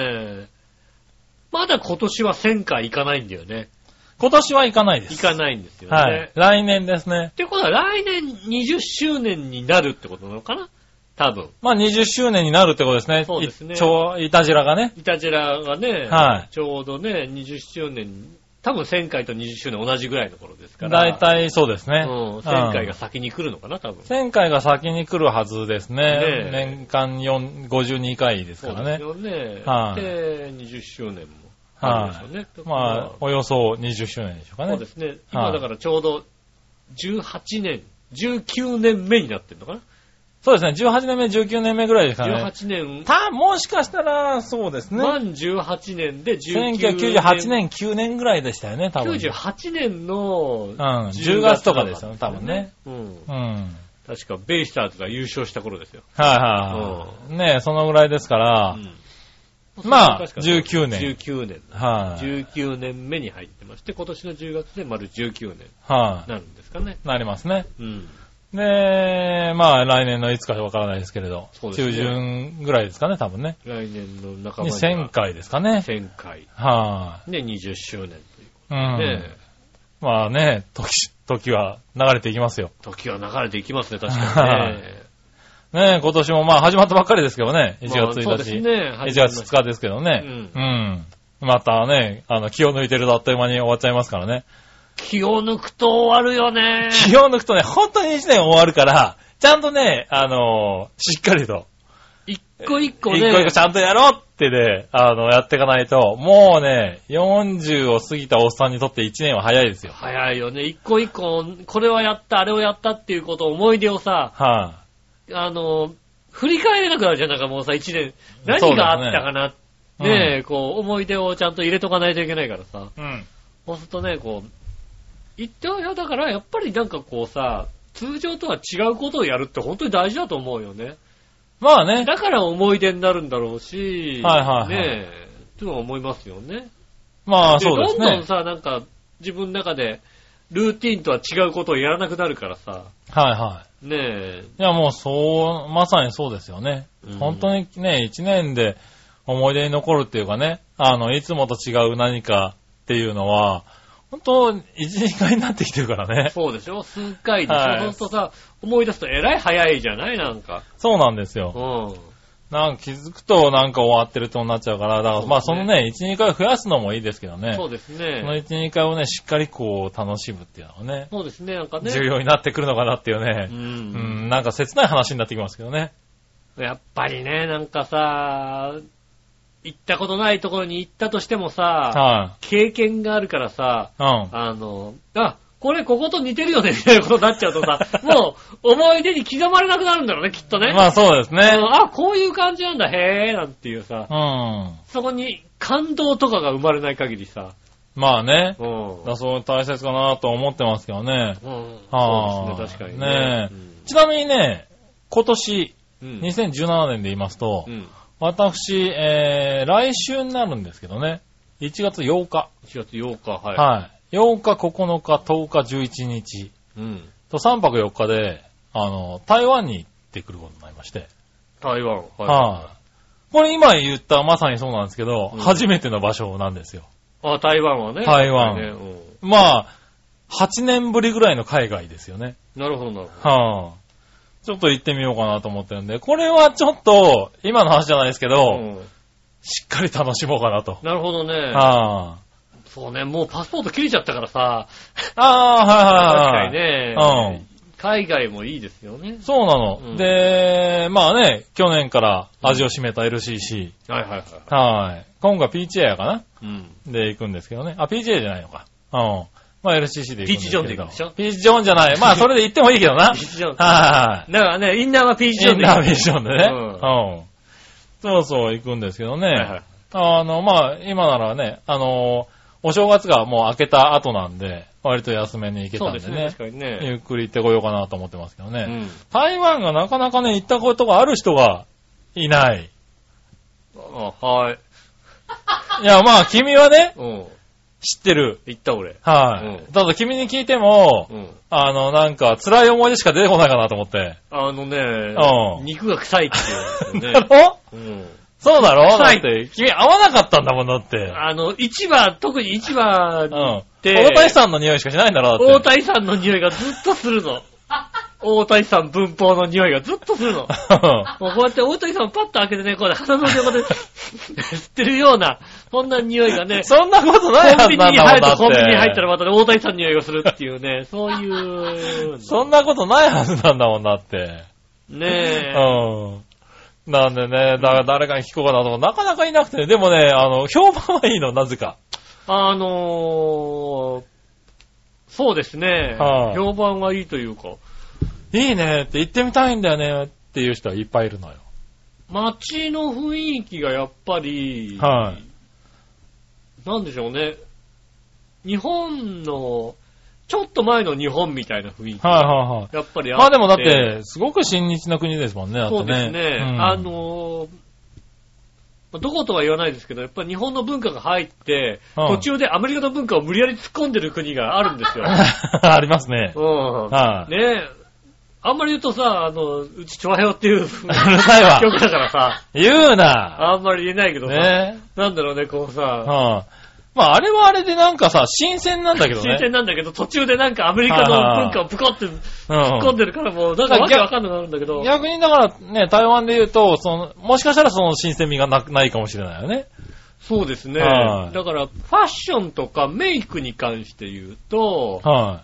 まだ今年は1000回行かないんだよね。 今年は行かないです。 行かないんですよね。 はい。来年ですね。 ってことは来年20周年になるってことなのかな？多分。 まあ20周年になるってことですね。 そうですね。 イタジラがね。 イタジラがね、 はい。 ちょうどね、20周年、多分1000回と20周年同じぐらいの頃ですから。 大体そうですね。 1000回が先に来るのかな、多分。 1000回が先に来るはずですね。年間52回ですからね。 そうですよね。 はい。 で、20周年もあるでしょうね。 まあ、およそ20周年でしょうかね。 そうですね。今だからちょうど18年、19年目になってるのかな。 そうですね。18年目、19年目ぐらいですかね。 18年。 もしかしたら、そうですね。 満18年で19年。 1998年、9年ぐらいでしたよね、多分。 98年の 10月とかですよね、多分ね。 確か、ベイスターズが優勝した頃ですよ。 はい。ねそのぐらいですから、まあ、19年。 19年。 はい。 19年目に入ってまして、今年の10月で丸19年。なるんですかね。 なりますね。で、まあ来年のいつかわからないですけれど、中旬ぐらいですかね、多分ね。 来年の半ばに 1000回ですかね。 1000回。で、20周年ということで。 まあね、時は流れていきますよ。 時は流れていきますね、確かにね。 ね今年もまあ始まったばっかりですけどね、1月1日。そうですね。 1月2日ですけどね。またね、気を抜いてるとあっという間に終わっちゃいますからね。 気を抜くと終わるよね。 気を抜くとね、本当に1年終わるから、ちゃんとね、しっかりと。 一個一個ね。 一個一個ちゃんとやろうってね、やっていかないと、もうね、40を過ぎたおっさんにとって1年は早いですよ。 早いよね。一個一個、これはやった、あれをやったっていうこと、思い出をさ、振り返れなくなるじゃん。なんかもうさ、1年、何があったかな。ねえ、こう、思い出をちゃんと入れとかないといけないからさ。そうするとね、こう、言ってはだからやっぱりなんかこうさ、通常とは違うことをやるって本当に大事だと思うよね。 まあね。 だから思い出になるんだろうし、 ねえ、とは思いますよね。 まあそうですね。 どんどんさ、なんか自分の中でルーティンとは違うことをやらなくなるからさ。ねえ。 いやもうまさにそうですよね。本当にね、1年で思い出に残るっていうかね、いつもと違う何かっていうのは、本当、1、2回になってきてるからね。 そうでしょ？数回でしょ？そうするとさ、思い出すとえらい早いじゃないなんか。 そうなんですよ。なんか気づくとなんか終わってるとなっちゃうから、だからまあそのね、1、2回増やすのもいいですけどね。 そうですね。 その1、2回をね、しっかりこう楽しむっていうのはね。 そうですね、なんかね。 重要になってくるのかなっていうね。なんか切ない話になってきますけどね。 やっぱりね、なんかさ、行ったことないところに行ったとしてもさ、経験があるからさ、これここと似てるよねみたいなことになっちゃうとさ、もう思い出に刻まれなくなるんだろうね、きっとね。 まあそうですね。 こういう感じなんだ、へーなんていうさ、そこに感動とかが生まれない限りさ。 まあね。そう大切かなと思ってますけどね。 そうですね、確かにね。 ちなみにね、今年、 2017年で言いますと、私、来週になるんですけどね、1月8日。 1月8日、はい。 はい。8日、9日、10日、11日。と3泊4日で、台湾に行ってくることになりまして。 台湾、 はい。これ今言ったまさにそうなんですけど、初めての場所なんですよ。 台湾はね。 台湾。まあ、8年ぶりぐらいの海外ですよね。 なるほど、なるほど。 はあ、ちょっと行ってみようかなと思ってるんで、これはちょっと、今の話じゃないですけど、しっかり楽しもうかなと。 なるほどね。 はあ、 そうね、もうパスポート切れちゃったからさ。 はい。 確かにね。海外もいいですよね。 そうなの。で、まあね、去年から味を占めた LCC。はい。今回 PGA やかなで行くんですけどね。PGA じゃないのか。まあ LCC で行くんですけど。 ピーチジョンで行くんでしょ？ ピーチジョンじゃない。まあそれで行ってもいいけどな。 ピーチジョン。 はい。 だからね、インナーはピーチジョンで行く。 インナーはピーチジョンでね。そうそう行くんですけどね。まあ今ならね、お正月がもう明けた後なんで、割と安めに行けたんでね。 そうですね、確かにね。 ゆっくり行ってこようかなと思ってますけどね。台湾がなかなかね、行ったことがある人がいない。 はい。 いや、まあ、君はね、知ってる。 行った俺。 はい。ただ君に聞いても、なんか、辛い思い出しか出てこないかなと思って。 肉が臭いっていう、ね。 だろ？そうだろ？だって、君合わなかったんだもんだって。 特に市場って、 大谷さんの匂いしかしないんだろ、だって。 大谷さんの匂いがずっとするの。大谷さん文法の匂いがずっとするの。もうこうやって大谷さんをパッと開けてね、こう鼻の横で吸ってるような、そんな匂いがね。 そんなことないはずなんだもんだって。 コンビニに入ったらまたね、大谷さんの匂いがするっていうね、そういう。 そんなことないはずなんだもんだって。 ねえ。 なんでね、誰かに聞こうかなとなかなかいなくてね。でもね、評判はいいの、なぜか。 そうですね。評判はいいというか。 いいねって行ってみたいんだよねっていう人はいっぱいいるのよ。 街の雰囲気がやっぱり、なんでしょうね。日本の、ちょっと前の日本みたいな雰囲気。やっぱりあって。 まあでもだって、すごく親日な国ですもんね、だってね。 そうですね。どことは言わないですけど、やっぱり日本の文化が入って、途中でアメリカの文化を無理やり突っ込んでる国があるんですよ。 ありますね。 ねえ。あんまり言うとさ、うちチョアヘヨっていう曲だからさ。 言うな。 あんまり言えないけどさ。なんだろうね、こうさ。 まあ、あれはあれでなんかさ、新鮮なんだけどね。 新鮮なんだけど、途中でなんかアメリカの文化をプコって突っ込んでるからもう、なんかわけわかんなくなるんだけど。 逆にだからね、台湾で言うと、もしかしたらその新鮮味がないかもしれないよね。 そうですね。だから、ファッションとかメイクに関して言うと、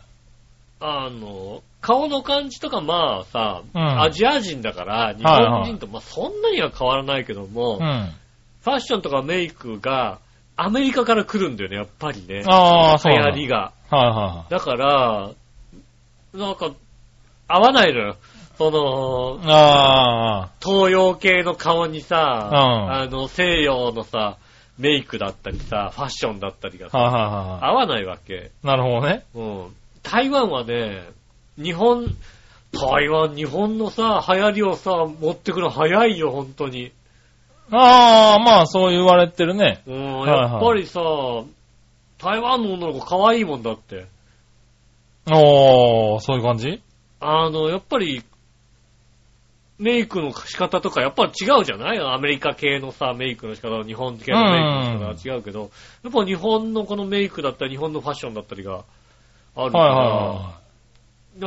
顔の感じとかまあさ、アジア人だから日本人とまあそんなには変わらないけども、ファッションとかメイクがアメリカから来るんだよね、やっぱりね。流行りが。だから、なんか、合わないのよ。東洋系の顔にさ、西洋のさ、メイクだったりさ、ファッションだったりがさ、合わないわけ。 なるほどね。 台湾はね、日本のさ、流行りをさ、持ってくの早いよ、本当に。 まあ、そう言われてるね。 やっぱりさ、台湾の女の子可愛いもんだって。 そういう感じ？ やっぱり、メイクの仕方とかやっぱり違うじゃない？アメリカ系のさ、メイクの仕方、日本系のメイクの仕方は違うけど、やっぱ日本のこのメイクだったり、日本のファッションだったりがあるから、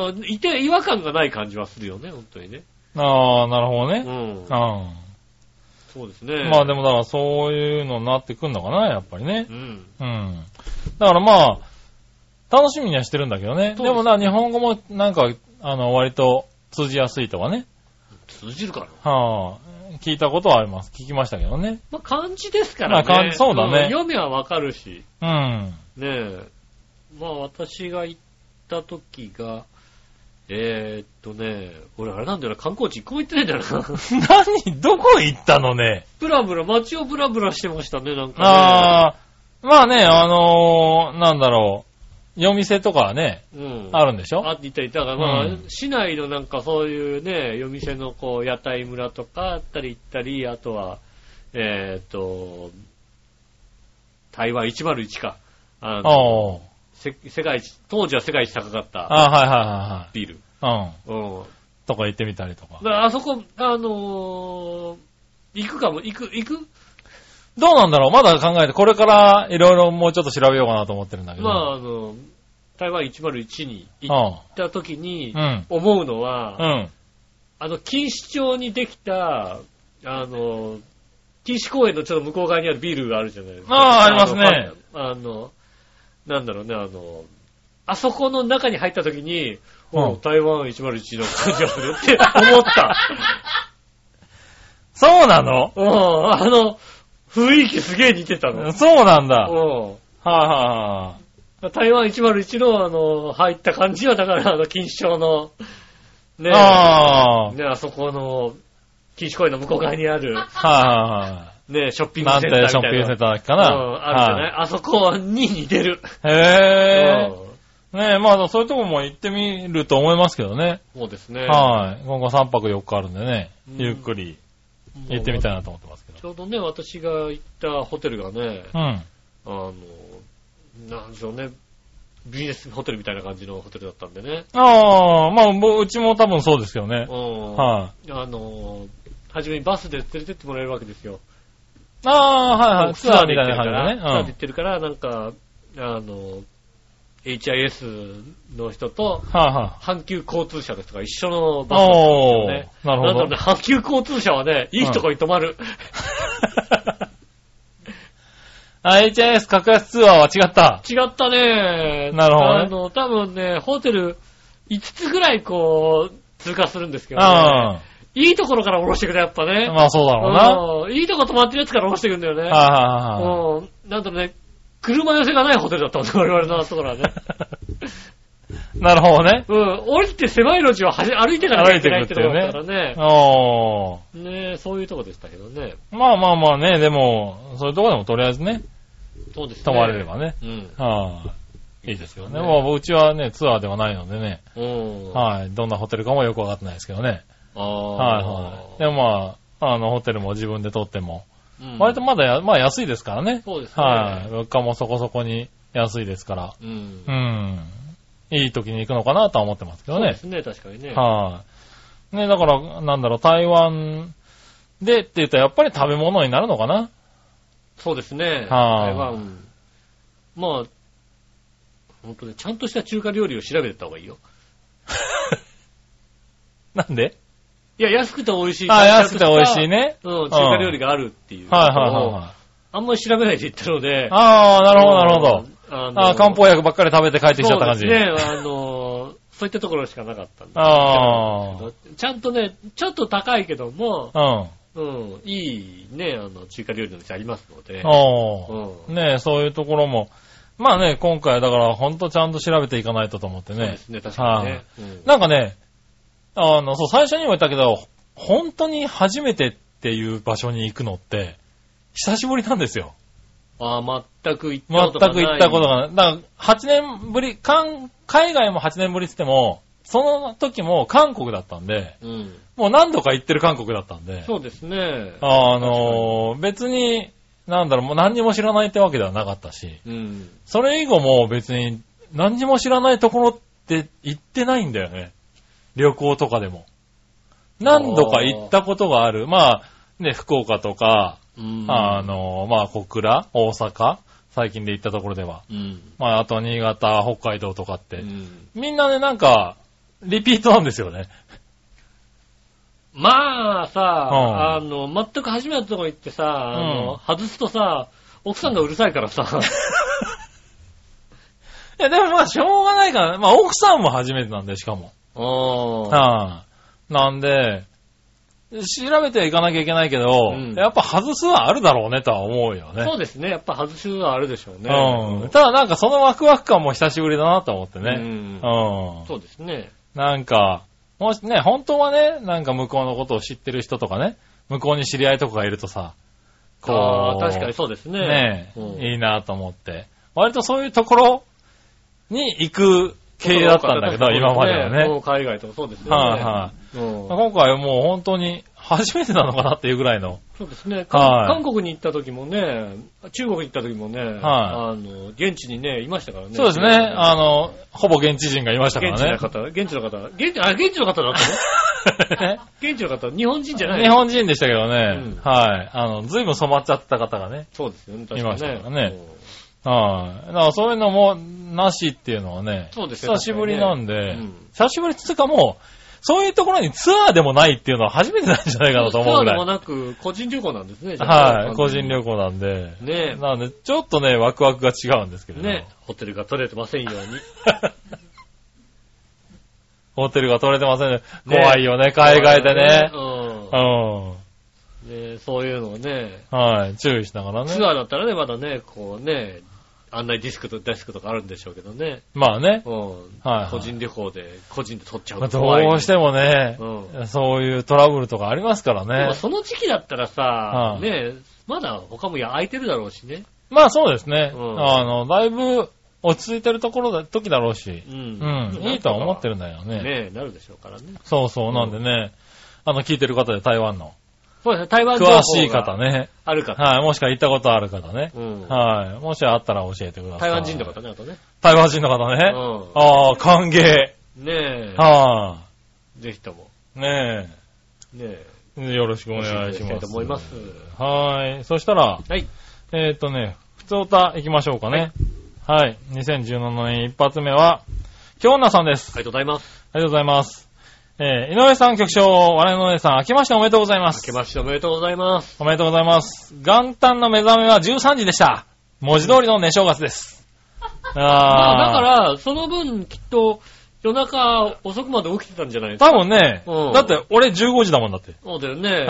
違和感がない感じはするよね、本当にね。 なるほどね。 そうですね。 まあでもだからそういうのになってくんのかな、やっぱりね。だからまあ、楽しみにはしてるんだけどね。でも日本語もなんか、割と通じやすいとかね。 通じるかな？聞いたことはあります。聞きましたけどね。 まあ漢字ですからね。 そうだね。 読みはわかるし。 ねえ。まあ私が行った時が、俺あれなんだよな、観光地一個も行ってないんだよな。 どこ行ったのね。 街をブラしてましたね、なんかね。 まあね、なんだろう。 夜店とかはね、あるんでしょ？ あって言ったり、だからまあ、市内のなんかそういうね、夜店のこう、屋台村とかあったり行ったり、あとは、台湾101か。世界一、当時は世界一高かった。 はいはいはい。 ビール。 とか行ってみたりとか。 だからあそこ、行くかも、行くどうなんだろうまだ考えて、これからいろいろもうちょっと調べようかなと思ってるんだけど。 まあ台湾101に行った時に、思うのは、錦糸町にできた、錦糸公園のちょっと向こう側にあるビールがあるじゃないですか。 ありますね。 なんだろうね、あそこの中に入った時に、台湾101の感じがするって思った。 そうなの？ 雰囲気すげえ似てたの。 そうなんだ。はい。 台湾101の入った感じは、だから錦糸町の、ねあそこの、錦糸公園の向こう側にある、ねショッピングセンターみたいな。 ショッピングセンターかな。 あるじゃない、あそこに似てる。 へぇねまあそういうとこも行ってみると思いますけどね。 そうですね。 はい。今後3泊4日あるんでね、ゆっくり行ってみたいなと思ってますけど。 ちょうどね、私が行ったホテルがね、なんでしょうね、ビジネスホテルみたいな感じのホテルだったんでね。 まあ、うちも多分そうですよね。 はじめにバスで連れてってもらえるわけですよ。 はい。ツアーみたいな感じでね。 ツアーで行ってるから、なんか、HIS の人と、阪急交通車ですとか一緒のバスだったんですよね。なるほど。なんだろうね、阪急交通車はね、いいとこに泊まる。 HIS 格安ツアーは違った。 違ったね。 なるほど、ね。 多分ね、ホテル5つぐらいこう、通過するんですけどね。いいところから降ろしてくれ、やっぱね。 まあそうだろうな。 いいとこ泊まってるやつから降ろしてくるんだよね。なんだろうね、車寄せがないホテルだったんです、我々のところはね。 なるほどね。 降りて狭い路地を歩いてから行けないってとこだったからね。ねそういうとこでしたけどね。 まあね、でも、そういうとこでもとりあえずね。 そうですね。 泊まれればね。いいですよね。もううちはね、ツアーではないのでね。どんなホテルかもよくわかってないですけどね。でもまあ、ホテルも自分で取っても、割とまだまあ安いですからね。 そうですね。 物価もそこそこに安いですから。いい時に行くのかなとは思ってますけどね。 そうですね、確かにね。 ね、だから、なんだろう、台湾でって言ったらやっぱり食べ物になるのかな？ そうですね。台湾。まあ、本当ね、ちゃんとした中華料理を調べてった方がいいよ。 なんで？ いや、安くて美味しい。 安くて美味しいね。 中華料理があるっていう。あんまり調べないで言ったので。 なるほど、なるほど。漢方薬ばっかり食べて帰ってきちゃった感じ。 そうですね。そういったところしかなかったんで。ちゃんとね、ちょっと高いけども、いいね、中華料理の店ありますので。ねそういうところも。まあね、今回だからほんとちゃんと調べていかないとと思ってね。 そうですね、確かにね。 なんかね、そう、最初にも言ったけど、本当に初めてっていう場所に行くのって、久しぶりなんですよ。 全く行ったことがない。 全く行ったことがない。だから8年ぶり、海外も8年ぶりって言っても、その時も韓国だったんで、もう何度か行ってる韓国だったんで。 そうですね。 別に、なんだろう、もう何にも知らないってわけではなかったし、それ以後も別に何にも知らないところって行ってないんだよね。旅行とかでも。何度か行ったことがある。まあ、ね、福岡とか、まあ、小倉、大阪、最近で行ったところでは。まあ、あと新潟、北海道とかって。みんなね、なんか、リピートなんですよね。 まあさ、全く初めてのとこ行ってさ、外すとさ、奥さんがうるさいからさ。 いや、でもまあ、しょうがないから、まあ、奥さんも初めてなんで、しかも。なんで、調べてはいかなきゃいけないけど、やっぱ外すはあるだろうねとは思うよね。 そうですね。やっぱ外すはあるでしょうね。 ただなんかそのワクワク感も久しぶりだなと思ってね。 そうですね。 なんか、もしね、本当はね、なんか向こうのことを知ってる人とかね、向こうに知り合いとかがいるとさ、 確かにそうですね。 いいなと思って。割とそういうところに行く系だったんだけど、今まではね。 海外とかそうですよね。 はいはい。今回はもう本当に初めてなのかなっていうぐらいの。 そうですね。韓国に行った時もね、中国に行った時もね、現地にね、いましたからね。 そうですね。ほぼ現地人がいましたからね。 現地の方だったの現地の方、日本人じゃない日本人でしたけどね。はい。ずいぶん染まっちゃった方がね。 そうですよね。 いましたからね。はい。だからそういうのもなしっていうのはね。 そうですね。 久しぶりなんで、久しぶりっていうかもう、そういうところにツアーでもないっていうのは初めてなんじゃないかなと思うぐらい。 ツアーでもなく、個人旅行なんですね。 はい。個人旅行なんで。 ね。 なので、ちょっとね、ワクワクが違うんですけどね。ホテルが取れてませんように。 ホテルが取れてませんね。怖いよね、海外でね。 そういうのをね。 はい。注意しながらね。 ツアーだったらね、まだね、こうね、案内デスクとかあるんでしょうけどね。 まあね。 はい。個人旅行で、個人で取っちゃうと怖い。どうしてもね、そういうトラブルとかありますからね。でもその時期だったらさ、ね、まだ他も空いてるだろうしね。 まあそうですね。だいぶ落ち着いてる時だろうし。いいとは思ってるんだよね。 ね、なるでしょうからね。 そうそう、なんでね、聞いてる方で台湾の。 そうですね、台湾情報詳しい方ね。 ある方。 はい、もしくは行ったことある方ね。はい。もしあったら教えてください。 台湾人の方ね、あとね。 台湾人の方ね。歓迎。 ねえ。 はい。 ぜひとも。 ねえ。ねえ。よろしくお願いします。 と思います。 はい。そしたら、 はい。 普通歌行きましょうかね。はい。2017年一発目は、京女さんです。 ありがとうございます。 ありがとうございます。井上さん局長、我々のお姉さん、明けましておめでとうございます。 明けましておめでとうございます。 おめでとうございます。元旦の目覚めは13時でした。文字通りの寝正月です。 だから、その分、きっと、夜中遅くまで起きてたんじゃないですか。 多分ね、だって俺15時だもんだって。 そうだよね。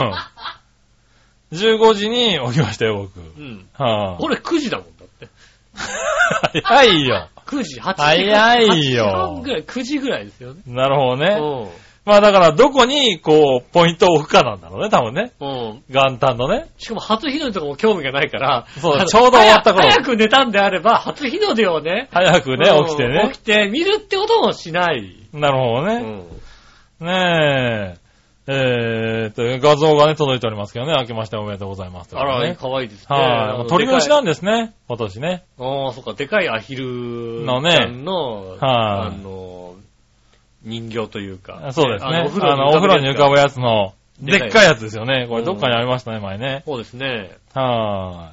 15時に起きましたよ、僕。 俺9時だもんだって。 早いよ。 9時、8時。 早いよ。 8時半ぐらい、9時ぐらいですよね。 なるほどね。まあだから、どこに、ポイントを置くかなんだろうね、多分ね。元旦のね。 しかも初日の出とかも興味がないから。 そう、ちょうど終わった頃。 早く寝たんであれば、初日の出をね。 早くね、起きてね。 起きて、見るってこともしない。 なるほどね。ねえ。画像がね、届いておりますけどね、明けましておめでとうございます。 あら、可愛いですね。 はい。鳥年なんですね、今年ね。 ああ、そっか、でかいアヒルのね、 人形というか。 そうですね。お風呂に浮かぶやつの、でっかいやつですよね。これどっかにありましたね、前ね。 そうですね。 はい。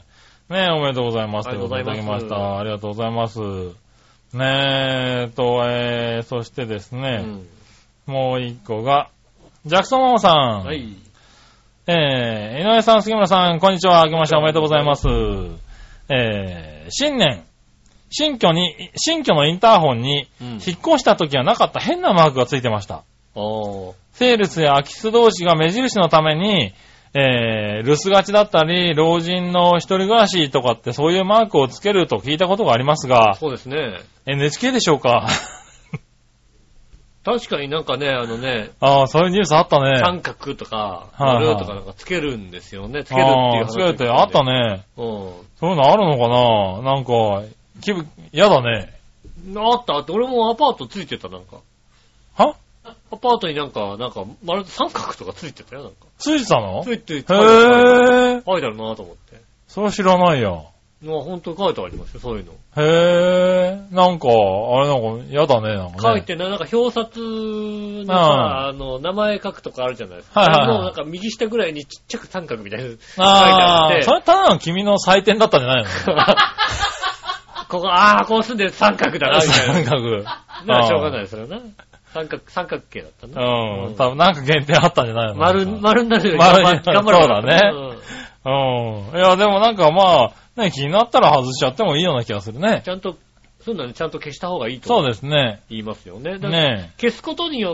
ねえ、おめでとうございます。 ありがとうございました。ありがとうございます。ねえ、そしてですね、もう一個が、ジャクソンママさん。 はい。 井上さん、杉村さん、こんにちは。明けましておめでとうございます。新年、新居のインターホンに、引っ越した時はなかった変なマークがついてました。セールスや空き巣同士が目印のために、留守がちだったり、老人の一人暮らしとかってそういうマークをつけると聞いたことがありますが、 そうですね。 NHK でしょうか確かになんかね、 そういうニュースあったね。 三角とか、丸とかなんかつけるんですよね。つけるっていう話。 つけるってあったね。そういうのあるのかななんか、やだね。 あった。俺もアパートついてた、なんか。 はアパートになんか、まるで三角とかついてたよ、なんか。 ついてたの？ ついてた。 へぇー。 書いてあるなと思って。 それは知らないや。 ほんと書いてありますよ、そういうの。 へぇー。なんか、やだね、なんかね。 書いてなんか表札のさ、名前書くとかあるじゃないですか。もうなんか右下ぐらいにちっちゃく三角みたいな書いてあって。 それただの君の採点だったんじゃないのこう住んでる三角だな、みたいな。 三角。 しょうがないですよな。三角形だったね。 多分なんか限定あったんじゃないの丸になるよ。 頑張る。そうだね。いや、でもなんかまあ、ね、気になったら外しちゃってもいいような気がするね。 ちゃんと消した方がいいと。 そうですね。 言いますよね。ね。消すことによって、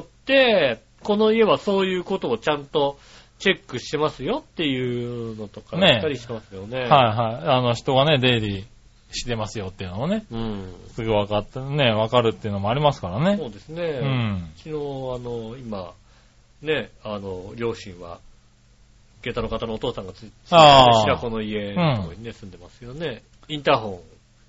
この家はそういうことをちゃんとチェックしてますよっていうのとか、あったりしますよね。はいはい。人がね、出入りしてますよっていうのもね。すぐわかるっていうのもありますからね。 そうですね。うちの、今、ね、両親は、下駄の方のお父さんが白子の家にね、住んでますよね。インターホン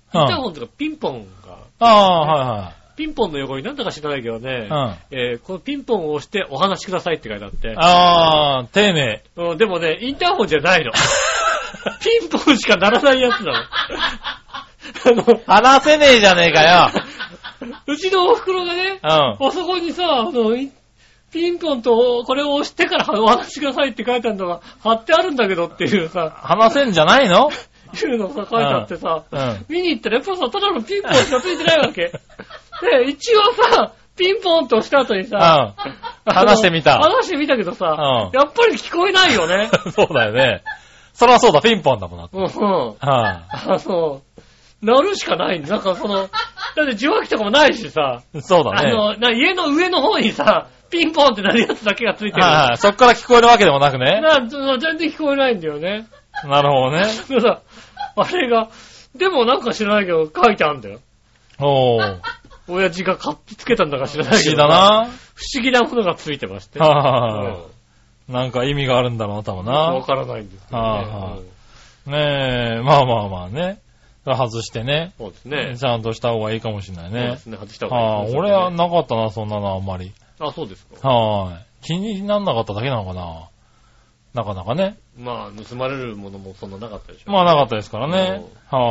インターホンとかピンポンが。 はいはい。 ピンポンの横になんだか知らないけどね、このピンポンを押してお話しくださいって書いてあって。 丁寧。 でもね、インターホンじゃないの。ピンポンしか鳴らないやつなの。 話せねえじゃねえかよ。 うちのお袋がね、あそこにさ、ピンポンとこれを押してからお話しくださいって書いてあるのが貼ってあるんだけどっていうさ。 話せんじゃないのいうのさ、書いてあってさ、見に行ったらやっぱさ、ただのピンポンしかついてないわけ。で、一応さ、ピンポンと押した後にさ、 話してみた。 話してみたけどさ、やっぱり聞こえないよね。 そうだよね。そらそうだ、ピンポンだもんなって。 鳴るしかないんだ。なんかだって受話器とかもないしさ。 そうだね。 家の上の方にさ、ピンポンって鳴るやつだけがついてる。 そっから聞こえるわけでもなくね。 全然聞こえないんだよね。 なるほどね。 さ、あれが、でもなんか知らないけど書いてあるんだよ。親父が買ってつけたんだか知らないけど。 不思議だな。 不思議なものがついてまして。 なんか意味があるんだろうな、多分な。 わからないんですけどね。ねえ、まあね。外してね。 そうですね。 ちゃんとした方がいいかもしれないね。 そうですね、外した方がいいですね。 俺はなかったな、そんなのあんまり。 そうですか。 気になんなかっただけなのかな。なかなかね。 盗まれるものもそんななかったでしょ。 なかったですからね。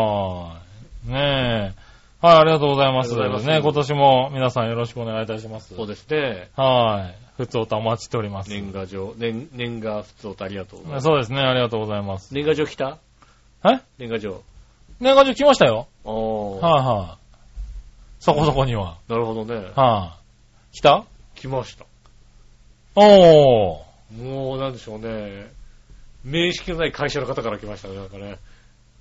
ねえ。ありがとうございます。ね、今年も皆さんよろしくお願いいたします。 そうですね。 ふつおたお待ちしております。 年賀状、年賀ふつおたありがとうございます。 そうですね、ありがとうございます。 年賀状来た？年賀状。 年賀状来ましたよ。そこそこには。 なるほどね。 来た？ 来ました。 もうなんでしょうね。面識のない会社の方から来ましたね、なんかね。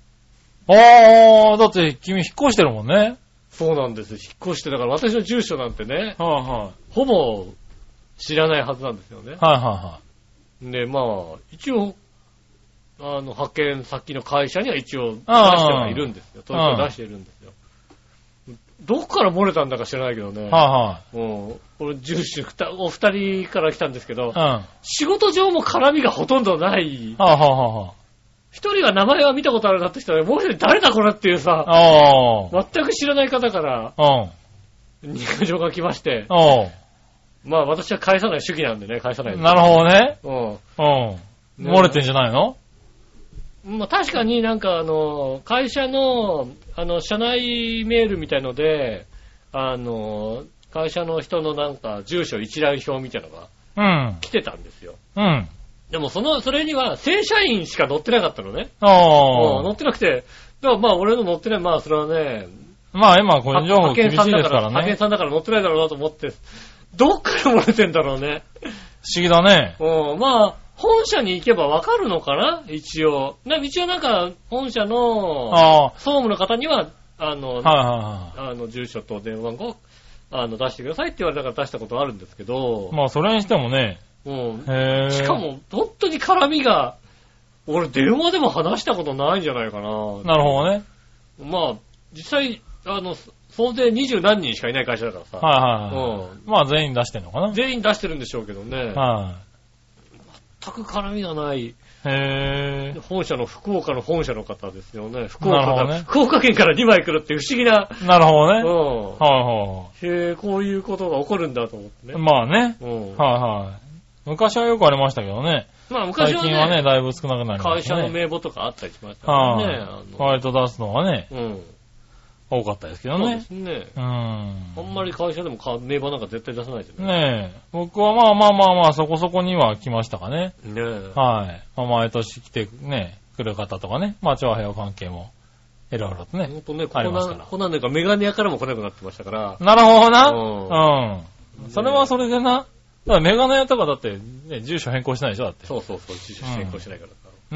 だって君引っ越してるもんね。 そうなんです。引っ越して、だから私の住所なんてね、ほぼ知らないはずなんですよね。で、一応、派遣先の会社には一応出してはいるんですよ。東京出しているんですよ。どっから漏れたんだか知らないけどね。これ住所お二人から来たんですけど、仕事上も絡みがほとんどない。一人は名前は見たことあるなって人は、もう一人誰だこれっていうさ、全く知らない方から、入場が来まして、私は返さない主義なんでね、返さない。 なるほどね。漏れてんじゃないの？ 確かになんか会社の、社内メールみたいので、会社の人のなんか住所一覧表みたいなのが、来てたんですよ。でもそれには正社員しか載ってなかったのね。載ってなくて、俺の載ってない、それはね、 今個人情報厳しいですからね。 派遣さんだから載ってないだろうなと思って、どっから漏れてんだろうね。 不思議だね。 本社に行けばわかるのかな一応。一応なんか、本社の、総務の方には、住所と電話番号、出してくださいって言われたから出したことあるんですけど。 それにしてもね。 しかも、本当に絡みが、俺電話でも話したことないんじゃないかな。 なるほどね。 実際、総勢20何人しかいない会社だからさ。 全員出してんのかな？ 全員出してるんでしょうけどね。全く絡みがない。本社の福岡の本社の方ですよね。福岡県から2枚来るっていう不思議な。 なるほどね。こういうことが起こるんだと思ってね。昔はよくありましたけどね。 昔はね。 最近はね、だいぶ少なくなりましたね。 会社の名簿とかあったりしましたからね。 割と出すのはね。多かったですけどね。そうですね。あんまり会社でも名簿なんか絶対出さないですよね。 ねえ。僕はそこそこには来ましたかね。 ねえ。 毎年来る方とかね。調和平和関係も、いろいろとね。 ほんとね、こんなんかメガネ屋からも来なくなってましたから。 なるほどな。それはそれでな。メガネ屋とかだって、ね、住所変更しないでしょだって。 そう、住所変更しないから。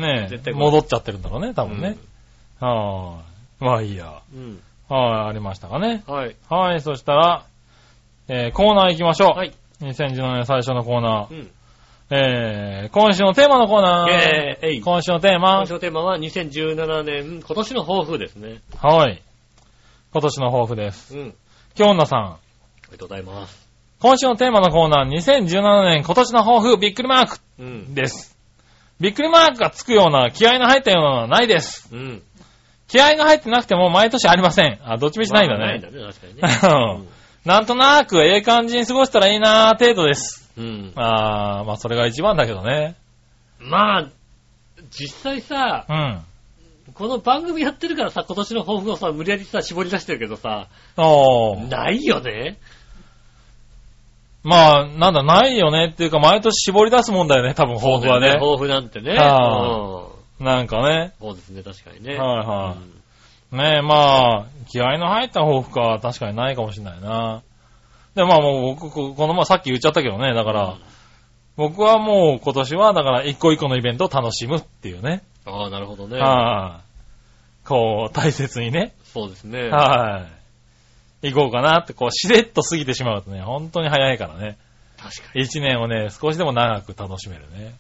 ねえ。絶対戻っちゃってるんだろうね、多分ね。いいや。ありましたかね。そしたら、コーナー行きましょう。2017年最初のコーナー。今週のテーマのコーナー。今週のテーマは2017年、今年の抱負ですね。 今年の抱負です。京女さん。ありがとうございます。 今週のテーマのコーナー、2017年今年の抱負、びっくりマークです。びっくりマークがつくような、気合の入ったようなのはないです。 気合が入ってなくても毎年ありません。どっちみちないんだね。ないんだね、確かにね。なんとなくええ感じに過ごしたらいいなー程度です。まあそれが一番だけどね。まあ、 実際さ、この番組やってるからさ、今年の抱負をさ、無理やりさ、絞り出してるけどさ、ないよね。 まあ、ないよねっていうか、毎年絞り出すもんだよね、多分抱負はね。 抱負なんてね。 なんかね。 そうですね、確かにね。 ねえ、まあ、気合の入った抱負か、確かにないかもしれないな。で、まあもう僕、このさっき言っちゃったけどね、だから、僕はもう今年は、だから一個一個のイベントを楽しむっていうね。 なるほどね。 こう、大切にね。 そうですね。 行こうかなって、こう、しれっと過ぎてしまうとね、本当に早いからね。 確かに。 一年をね、少しでも長く楽しめるね。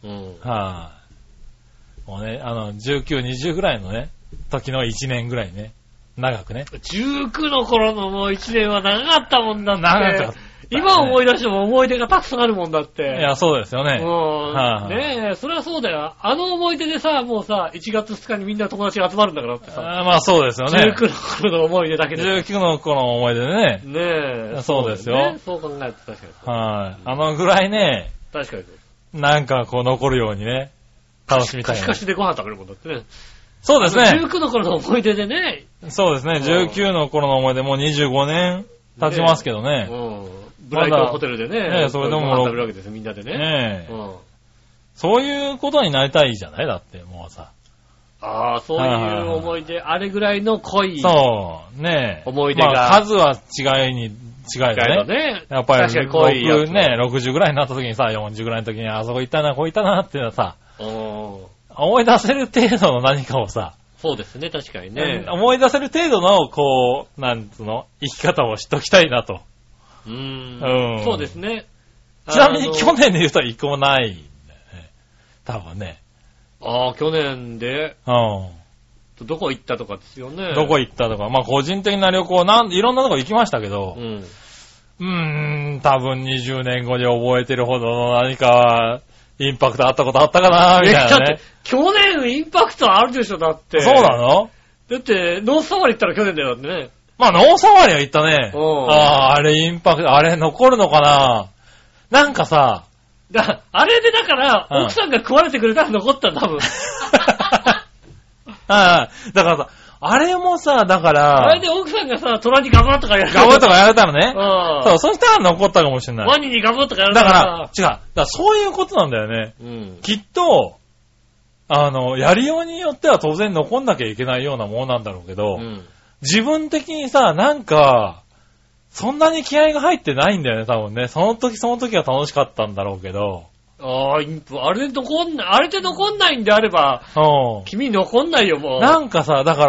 もうね、19、20ぐらいのね、時の1年ぐらいね、長くね。 19の頃のもう1年は長かったもんだって。 長かった。 今思い出しても思い出がたくさんあるもんだって。 いや、そうですよね。 ねえ、それはそうだよ。あの思い出でさ、もうさ、1月2日にみんな友達が集まるんだからってさ。 まあそうですよね。 19の頃の思い出だけで。 19の頃の思い出でね。 ねえ。 そうですよ。 そう考えると確かに。 あのぐらいね。 確かに。 なんかこう残るようにね。楽しみたい。 カシカシでご飯食べるもんだってね。 そうですね。 19の頃の思い出でね。 そうですね。19の頃の思い出もう25年経ちますけどね。 ブライトホテルでね。 それでもご飯食べるわけですよ、みんなでね。 そういうことになりたいじゃないだって、もうさ。 そういう思い出、あれぐらいの濃い。 そうね。 思い出が。 まあ数は違いだね。やっぱり確かに濃いやつね、60ぐらいになった時にさ、40ぐらいの時にあそこ行ったな、こう行ったなっていうのはさ、思い出せる程度の何かをさ、 そうですね、確かにね。 思い出せる程度の、こう、なんつうの、生き方をしときたいなと。 そうですね。 ちなみに去年で言うと一個もないんだよね。多分ね。 去年でどこ行ったとかですよね。 どこ行ったとか。まあ個人的な旅行、いろんなとこ行きましたけど、多分20年後に覚えてるほどの何か、インパクトあったことあったかなみたいなね。 だって、去年インパクトあるでしょ、だって。 そうなの？ だって、ノースサファリ行ったら去年だよ、だってね。 まあ、ノーサファリは行ったね。あれインパクト、あれ残るのかな？なんかさ、 あれでだから、奥さんが食われてくれたら残ったんだ、多分。 だからさ、あれもさ、だから。 あれで奥さんがさ、虎にガバッとかやられた。 ガバッとかやられたらね。そう、そしたら残ったかもしれない。 ワニにガバッとかやられたら。だから、違う。だからそういうことなんだよね。きっと、やりようによっては当然残んなきゃいけないようなものなんだろうけど、自分的にさ、なんか、そんなに気合が入ってないんだよね、多分ね。その時は楽しかったんだろうけど。あれで残んないんであれば、君残んないよ、もう。 なんかさ、だから、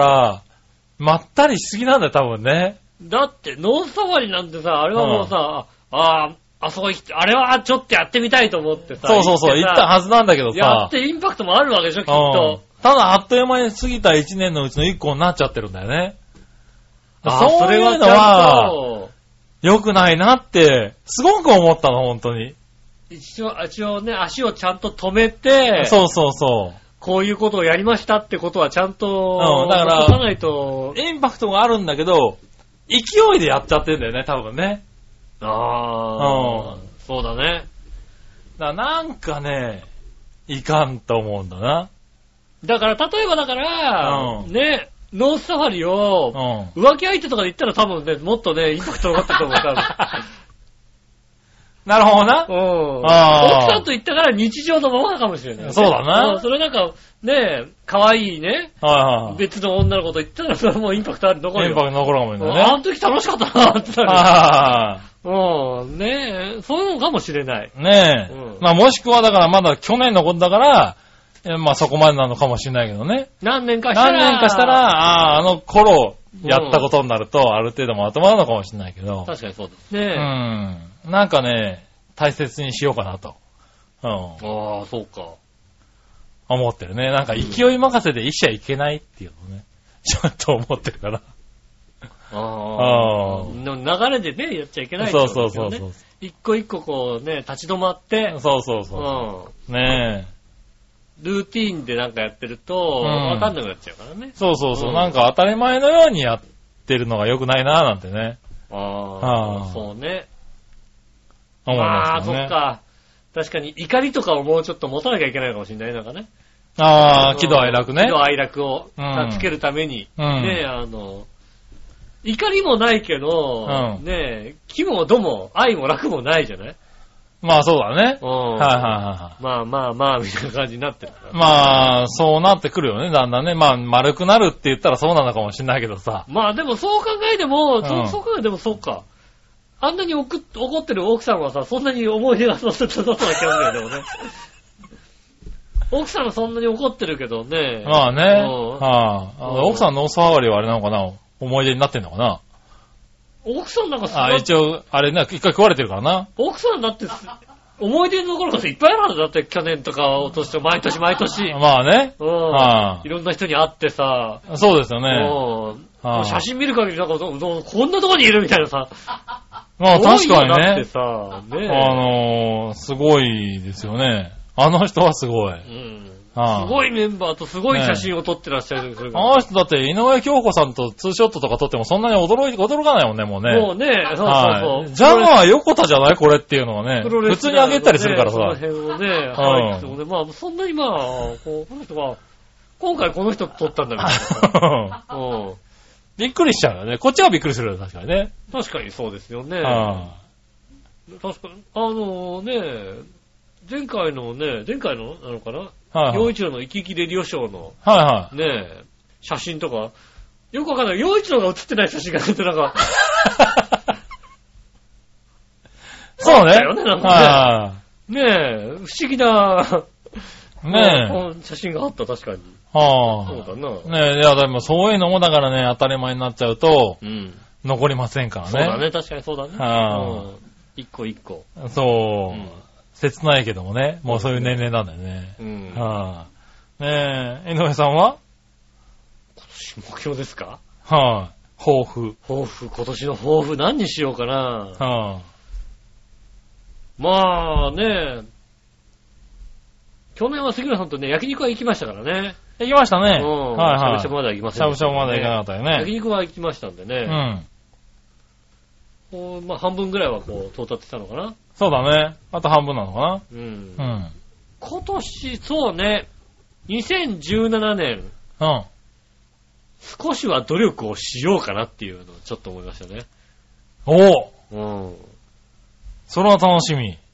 まったりしすぎなんだよ、多分ね。 だって、ノースサファリなんてさ、あれはもうさ、あそこあれはちょっとやってみたいと思ってさ。 そう、行ったはずなんだけどさ。 やってインパクトもあるわけでしょ、きっと。 ただ、あっという間に過ぎた1年のうちの1個になっちゃってるんだよね。そういうのは、良くないなって、すごく思ったの、本当に。 一応ね、足をちゃんと止めて、 そう。 こういうことをやりましたってことはちゃんと、 だから、 残さないと。 インパクトがあるんだけど、勢いでやっちゃってんだよね、多分ね。 そうだね。 なんかね、いかんと思うんだな。 だから、例えばね、ノースサファリを、浮気相手とかで言ったら多分ね、もっとね、インパクトがあったと思うから。 なるほどな。 奥さんと言ったから日常のままかもしれない、ね。 そうだな。 それなんか、ね、可愛いね。別の女の子と言ったら、それもうインパクトある残るよ。 インパクト残るかもしれないね。 あの時楽しかったなってなる。ねえ、そういうのかもしれない。 ねえ。まあもしくはだからまだ去年のことだから、まあそこまでなのかもしれないけどね。 何年かしたら、あの頃やったことになると、ある程度まとまるのかもしれないけど。 確かにそうですね。 なんかね、大切にしようかなと。 そうか。 思ってるね。なんか勢い任せでいしちゃいけないっていうのね。ちょっと思ってるから。 流れでね、やっちゃいけないってことですよね。そう。一個一個こうね、立ち止まって。 そう。ねえ。 ルーティーンでなんかやってると、わかんなくなっちゃうからね。 そうそうそう、なんか当たり前のようにやってるのが良くないなーなんてね。 そうね。 思いますよね。 そっか。確かに怒りとかをもうちょっと持たなきゃいけないのかもしれない、なんかね。 喜怒哀楽ね。 喜怒哀楽をつけるために。ね、怒りもないけど、ね、気も怒も愛も楽もないじゃない？ まあそうだね。 まあ、みたいな感じになってるから。 まあ、そうなってくるよね、だんだんね。まあ、丸くなるって言ったらそうなのかもしれないけどさ。 まあでもそう考えても、そう考えてもそうか。あんなに怒ってる奥さんはさ、そんなに思い出がそうな気がするんだよね。奥さんはそんなに怒ってるけどね。 まあね。奥さんのお騒がりはあれなのかな？思い出になってんのかな？ 奥さんなんか一応、あれね、一回食われてるからな。 奥さんだって、思い出の頃からいっぱいあるんだって、去年とか、毎年。 まあね。 いろんな人に会ってさ。 そうですよね。 写真見る限りなんか、こんなとこにいるみたいなさ。 まあ確かにね。 だってさ、ね。 すごいですよね。あの人はすごい。 すごいメンバーとすごい写真を撮ってらっしゃる。 あの人だって井上京子さんとツーショットとか撮ってもそんなに驚かないもんね、もうね。 もうね、そう。 ジャガー横田じゃないこれっていうのはね。普通にあげたりするからさ。 その辺をね、まあそんなにこの人は、今回この人撮ったんだみたいな。 びっくりしちゃうよね。こっちはびっくりするよ、確かにね。 確かにそうですよね。確かに、前回のなのかな陽一郎の生き生きレディオショーの、写真とか、よくわかんない。陽一郎が写ってない写真が出てなんか、 そうね。 不思議な、写真があった、確かに。そうだな。 いや、でもそういうのもだからね、当たり前になっちゃうと、残りませんからね。そうだね、確かにそうだね。一個一個。 そう。切ないけどもね。もうそういう年齢なんだよね。井上さんは今年目標ですか？ 抱負。 今年の抱負何にしようかな。まあね、去年は杉村さんとね、焼肉は行きましたからね。 行きましたね。 しゃぶしゃぶまでは行きませんでした。 しゃぶしゃぶまで行かなかったよね。 焼肉は行きましたんでね。まあ半分ぐらいは到達したのかな。 そうだね。あと半分なのかな。今年、そうね、2017年。少しは努力をしようかなっていうのをちょっと思いましたね。 それは楽しみ。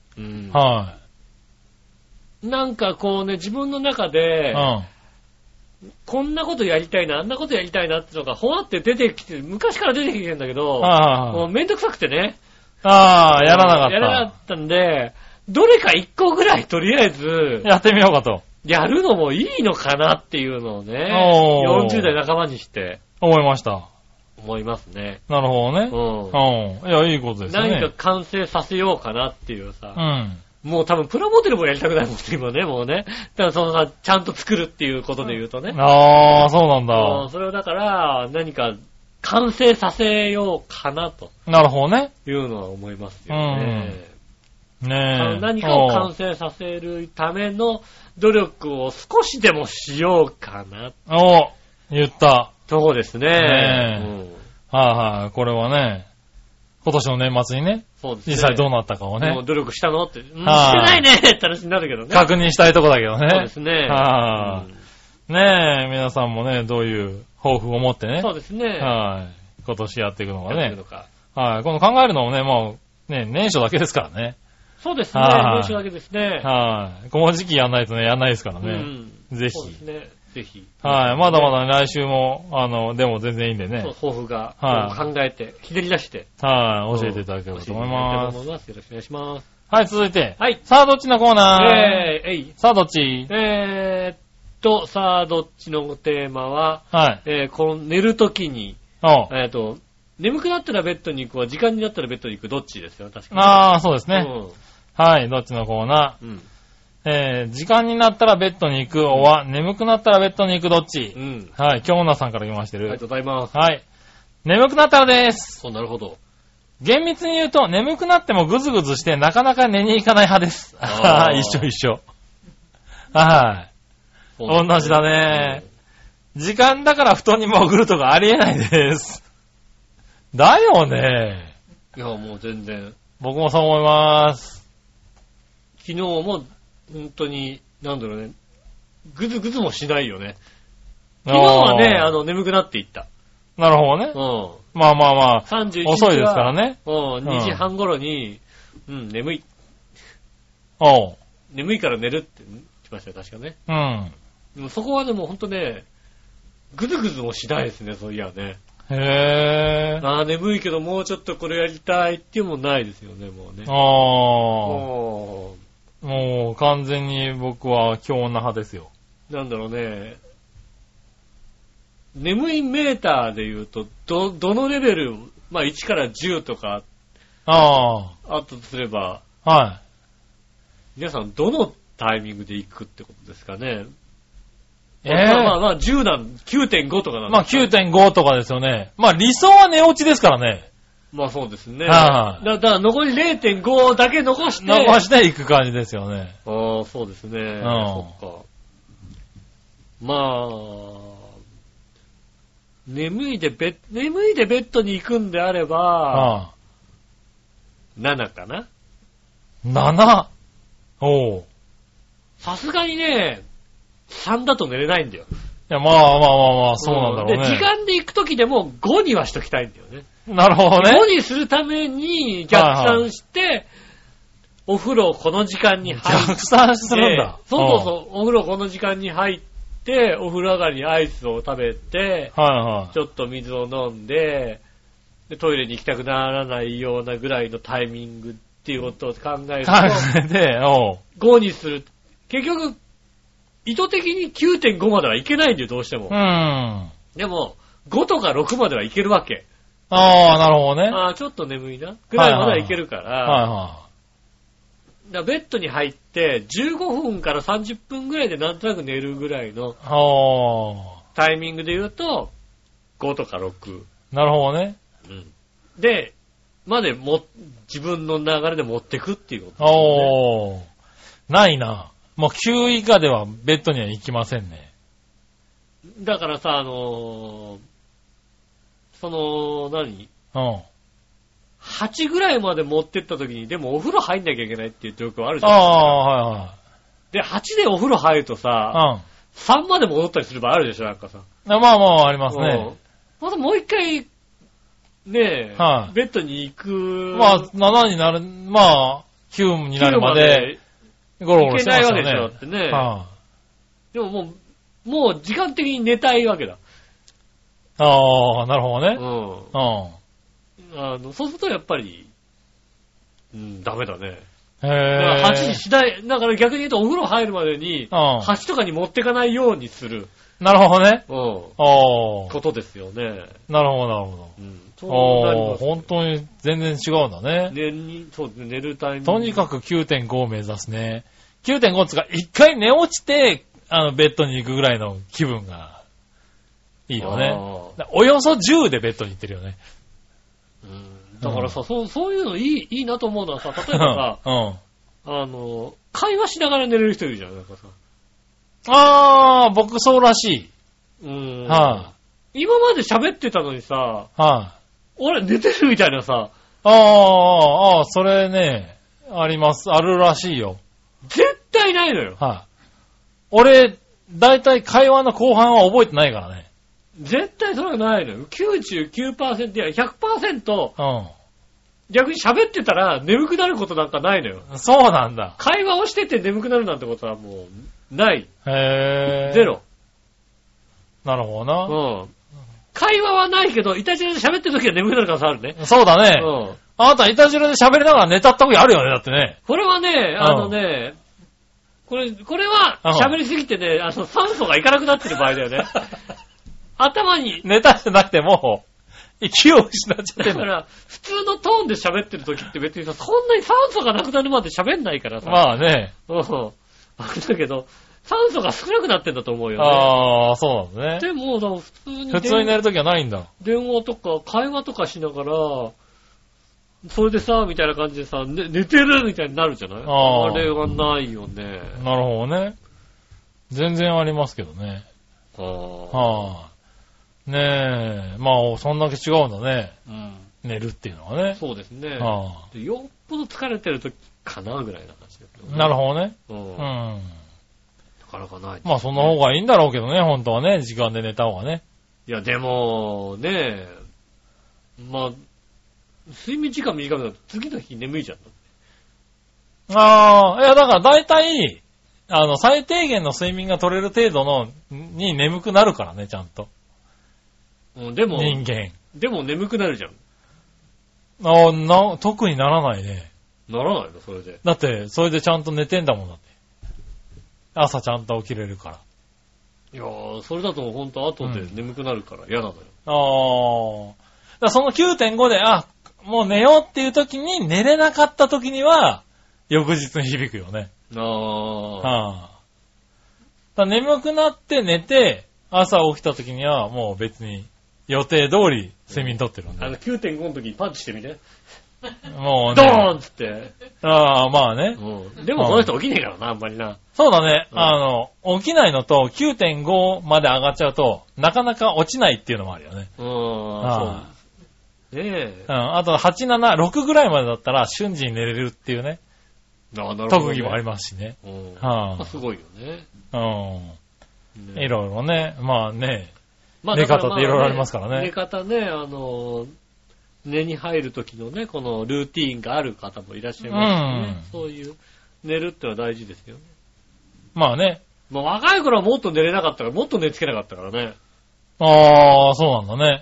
なんか自分の中で、こんなことやりたいな、あんなことやりたいなってのが、ほわって出てきて、昔から出てきてるんだけど、もうめんどくさくてね。 やらなかった。 やらなかったんで、どれか一個ぐらいとりあえず、 やってみようかと。 やるのもいいのかなっていうのをね、40代半ばにして。 思いました。 思いますね。 なるほどね。いや、いいことですね。 何か完成させようかなっていうさ。もう多分プラモデルもやりたくないもんね、今ね、もうね。だからちゃんと作るっていうことで言うとね。 そうなんだ。 それをだから、何か完成させようかなと。 なるほどね。 いうのは思いますよね。 何かを完成させるための努力を少しでもしようかな。 言った。 そうですね。 これはね、今年の年末にね、実際どうなったかをね。 もう努力したのって。してないねって話になるけどね。 確認したいとこだけどね。 そうですね。 皆さんもね、どういう抱負を持ってね。 そうですね。 今年やっていくのかね。この考えるのもね、もうね、年初だけですからね。 そうですね。年初だけですね。 この時期やんないとね、やんないですからね。ぜひ。 そうですね。ぜひ。 まだまだ来週も、でも全然いいんでね。 抱負が、考えて、ひねり出して。 教えていただければと思います。 よろしくお願いします。 はい、続いて。さあ、どっちのコーナーさあ、どっちさあ、どっちのテーマは、この寝るときに、眠くなったらベッドに行くは、時間になったらベッドに行く、どっちですよ、確かに。 そうですね。どっちのコーナー。時間になったらベッドに行くは、眠くなったらベッドに行くどっち。京女さんから来ましてる。 ありがとうございます。 眠くなったらです。 なるほど。 厳密に言うと、眠くなってもぐずぐずしてなかなか寝に行かない派です。一緒。 同じだね。時間だから布団に潜るとかありえないです。だよね。 いや、もう全然。 僕もそう思います。 昨日も、本当に、なんだろうね。ぐずぐずもしないよね。昨日はね、眠くなっていった。 なるほどね。 うん。 まあまあまあ。 31日遅いですからね。 2時半頃に、眠い。眠いから寝るって言ってましたよ、確かね。 うん。 でもそこはね、もうほんとね、ぐずぐずもしないですね、そういやね。 へぇ眠いけどもうちょっとこれやりたいっていうのもないですよね、もうね。 もう完全に僕は強女派ですよ。 なんだろうね。眠いメーターで言うと、どのレベル、まあ1から10とか、あったとすれば、 はい。 皆さんどのタイミングで行くってことですかね。まあ109.5 とかなんですか。 まあ 9.5 とかですよね。まあ理想は寝落ちですからね。 まあそうですね。だから残り 0.5 だけ残していく感じですよね。 ああ、そうですね。そっか。まあ、眠いでベッドに行くんであれば、7かな 7? おう。 さすがにね、3だと寝れないんだよ。 いや、まあ、そうなんだろうね。 で、時間で行くときでも5にはしときたいんだよね。 なるほどね。 5にするために逆算して、お風呂この時間に入って。 逆算するんだ。 そう、お風呂この時間に入って、お風呂上がりにアイスを食べて、ちょっと水を飲んで、トイレに行きたくならないようなぐらいのタイミングっていうことを考えると、5にする。結局、意図的に 9.5 まではいけないんだよ、どうしても。でも、5とか6まではいけるわけ。 なるほどね。 ちょっと眠いな。ぐらいまではいけるから、ベッドに入って、15分から30分ぐらいでなんとなく寝るぐらいのタイミングで言うと、5とか6。 なるほどね。 で、自分の流れで持ってくっていうことですね。 ないな。もう9以下ではベッドには行きませんね。 だからさ、8ぐらいまで持ってった時に、でもお風呂入んなきゃいけないっていう状況あるじゃん。で、8でお風呂入るとさ、3まで戻ったりする場合あるでしょ、なんかさ。 まあ、ありますね。 またもう一回、ねえ、ベッドに行く。 まあ、7になる、9になるまで、ゴロゴロしてますよね。 いけないわけでしょってね。でももう時間的に寝たいわけだ。 なるほどね。 そうするとやっぱり、ダメだね。 8 にしない。だから逆に言うとお風呂入るまでに、8とかに持ってかないようにする。 なるほどね。 ことですよね。 なるほど、なるほど。本当に全然違うんだね。 寝るタイミング。 とにかく 9.5 を目指すね。9.5 つか、一回寝落ちて、ベッドに行くぐらいの気分がいいよね。およそ10でベッドに行ってるよね。 だからさ、そういうのいいなと思うのはさ、例えばさ、会話しながら寝れる人いるじゃん、なんかさ。 僕そうらしい。 今まで喋ってたのにさ、俺寝てるみたいなさ。 それね、あります。あるらしいよ。 絶対ないのよ。 俺、だいたい会話の後半は覚えてないからね。 絶対それはないのよ。99%、いや 100%、逆に喋ってたら眠くなることなんかないのよ。 そうなんだ。 会話をしてて眠くなるなんてことはもう、ない。ゼロ。 なるほどな。 会話はないけど、イタジラで喋ってるときは眠くなる可能性あるね。 そうだね。あなたイタジラで喋りながら寝た時あるよね、だってね。 これはね、これは喋りすぎてね、酸素がいかなくなってる場合だよね。頭に。 寝たじゃなくても、息を失っちゃってる。 だから、普通のトーンで喋ってる時って別にさ、そんなに酸素がなくなるまで喋んないからさ。 まあね。 だけど、酸素が少なくなってんだと思うよね。 そうなんですね。 でも、 普通に寝るときはないんだ。 電話とか、会話とかしながら、それでさ、みたいな感じでさ、寝てるみたいになるじゃない？あれはないよね。 なるほどね。 全然ありますけどね。はあ。ねえ、まあ、そんだけ違うんだね。うん。寝るっていうのはね。 そうですね。はあ、よっぽど疲れてる時かなぐらいな感じですけどね。 なるほどね。 うん。なかなかない、ね。 まあ、その方がいいんだろうけどね、本当はね。時間で寝た方がね。 いや、でも、ねえ、まあ、睡眠時間短くなると次の日眠いじゃん。 ああ、いや、だから大体、最低限の睡眠が取れる程度の、に眠くなるからね、ちゃんと。 うん、でも、 人間。 でも眠くなるじゃん。 特にならないね。 ならないのそれで。 だって、それでちゃんと寝てんだもんだって。朝ちゃんと起きれるから。 いやー、それだとほんと後で眠くなるから嫌なのよ。だその 9.5 で、もう寝ようっていう時に寝れなかった時には、翌日に響くよね。だ眠くなって寝て、朝起きた時にはもう別に予定通り睡眠取ってるんで。 9.5 の時にパンチしてみて。 もうね。 ドーンつって。 まあね。 うん。でもこの人起きねえからな、あんまりな。 そうだね。起きないのと 9.5 まで上がっちゃうと、なかなか落ちないっていうのもあるよね。 そう。ねえ。 あと8、7、6ぐらいまでだったら瞬時に寝れるっていうね。 なるほどね。 特技もありますしね。 すごいよね。 いろいろね。まあね。寝方っていろいろありますからね。 寝方ね、寝に入る時のね、このルーティーンがある方もいらっしゃいますしね。そういう、寝るってのは大事ですよね。 まあね。 まあ若い頃はもっと寝れなかったから、もっと寝つけなかったからね。 そうなんだね。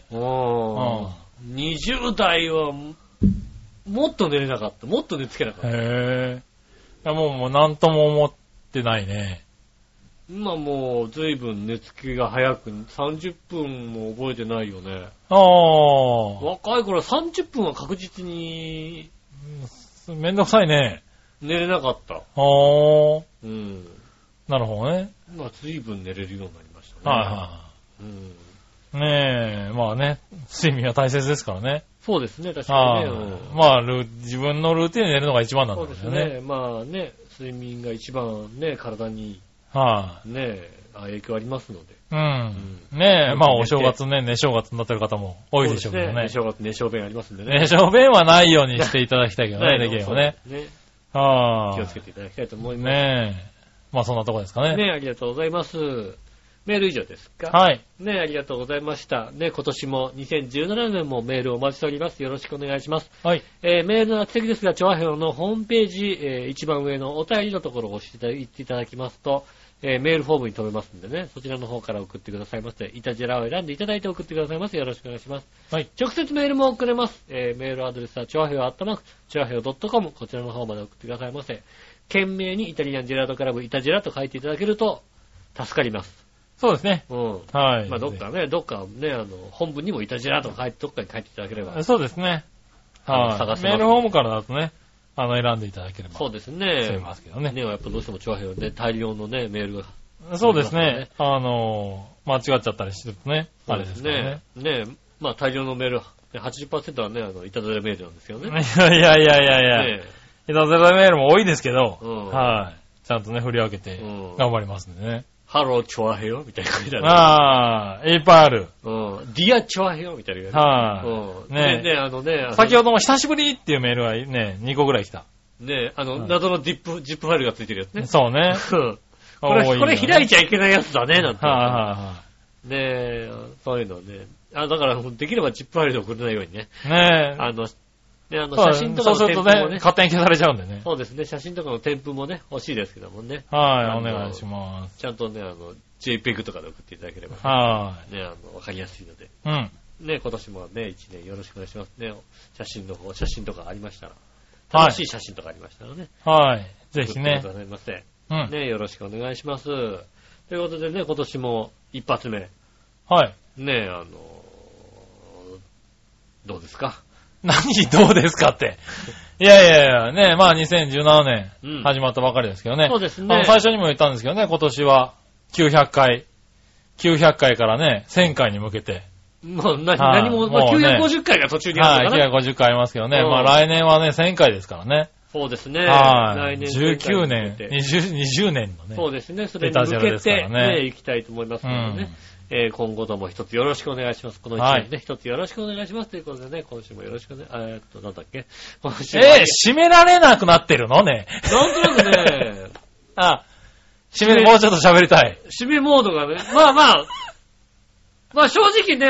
20代は、もっと寝れなかった。もっと寝つけなかった。 へぇもうなんとも思ってないね。 今もう随分寝つきが早く、30分も覚えてないよね。若い頃は30分は確実に、 めんどくさいね。 寝れなかった。 うん。なるほどね。 まあ随分寝れるようになりましたね。 ねえ、まあね、睡眠は大切ですからね。 そうですね、確かにね。 まあ、自分のルーティンで寝るのが一番なんだよね。そうですね。 まあね、睡眠が一番ね、体に、ね、影響ありますので。 ねえ、まあお正月ね、寝正月になってる方も多いでしょうけどね。 寝正月、寝正弁ありますんでね。 寝正弁はないようにしていただきたいけどね、できればね。 気をつけていただきたいと思います。 ねえ。まあそんなとこですかね。 ねえ、ありがとうございます。メール以上ですか？ はい。 ねえ、ありがとうございました。ね、今年も2017年もメールをお待ちしております。よろしくお願いします。 はい。 メールの宛先ですが、チョアヘヨのホームページ、一番上のお便りのところを押していただきますと、メールフォームに飛べますんでね、そちらの方から送ってくださいませ。イタジェラを選んでいただいて送ってくださいませ。よろしくお願いします。 はい。 直接メールも送れます。メールアドレスは、チョアヘヨ@CHOAHEYO.com、こちらの方まで送ってくださいませ。懸命にイタリアンジェラートクラブイタジェラと書いていただけると、助かります。 そうですね。はい。 まあどっかね、本文にもイタジェラとかどっかに書いていただければ。 そうですね。はい。メールフォームからだとね、選んでいただければ。 そうですね。 そうますけどね。 ね、やっぱどうしてもチョアヘヨで大量のね、メールが。 そうですね。間違っちゃったりするとね。あれですね。 ね、まあ大量のメール、80% はね、イタジェラメールなんですけどね。 いや。イタジェラメールも多いですけど、はい。ちゃんとね、振り分けて、頑張りますんでね。 ハローチョアヘヨみたいな感じだね。 いっぱいある。 ディアチョアヘヨみたいな感じ。ね先ほども久しぶりっていうメールがね、2個ぐらい来た。 ね謎のジップファイルがついてるやつね。 そうね。 これ開いちゃいけないやつだね、なんて。ねそういうのね。だからできればジップファイルで送らないようにね。写真とかの添付もね。 勝手に消されちゃうんでね。 そうですね。写真とかの添付もね、欲しいですけどもね。 はい、お願いします。 ちゃんとね、JPEG とかで送っていただければ。 はい。 ね、わかりやすいので。 ね、 今年もね、1年よろしくお願いしますね。写真とかありましたら。楽しい写真とかありましたらね。 はい。ぜひね。 送ってくださいませ。ね、よろしくお願いします。ということでね、今年も一発目。 はい。 ね、どうですか？ 何どうですかって。いや、ね、まあ2017年始まったばかりですけどね。 そうですね。 最初にも言ったんですけどね、今年は900回からね、1000回に向けて。 もう何も、950回が途中にあるのかな。 はい、950回ありますけどね。まあ来年はね、1000回ですからね。 そうですね。 はい。来年19年、20年のね。 そうですね。それに向けてね、行きたいと思いますのでね。今後とも一つよろしくお願いします。この1年ね、一つよろしくお願いしますということでね、今週もよろしくね、なんだっけ今週閉められなくなってるのね。 なんとなくね、 閉め、もうちょっと喋りたい。 閉めモードがね、まあ正直ね、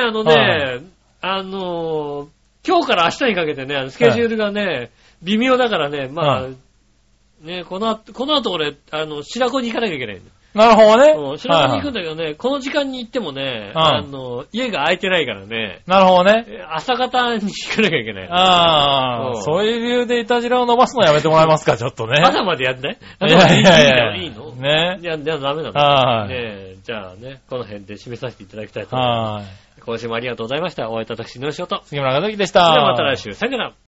今日から明日にかけてね、スケジュールがね、微妙だからね、ね、この後俺、白子に行かなきゃいけないんだ。 なるほどね。 白子に行くんだけどね、この時間に行ってもね、家が空いてないからね。 なるほどね。 朝方に行かなきゃいけない。 そういう理由でイタジラを伸ばすのやめてもらえますか、ちょっとね。 朝までやんない？ いやいいの？ ね。 いや、ダメなの。ねじゃあね、この辺で締めさせていただきたいと思います。今週もありがとうございました。お会いいただきしのしおと。 杉村和樹でした。 ではまた来週。さよなら。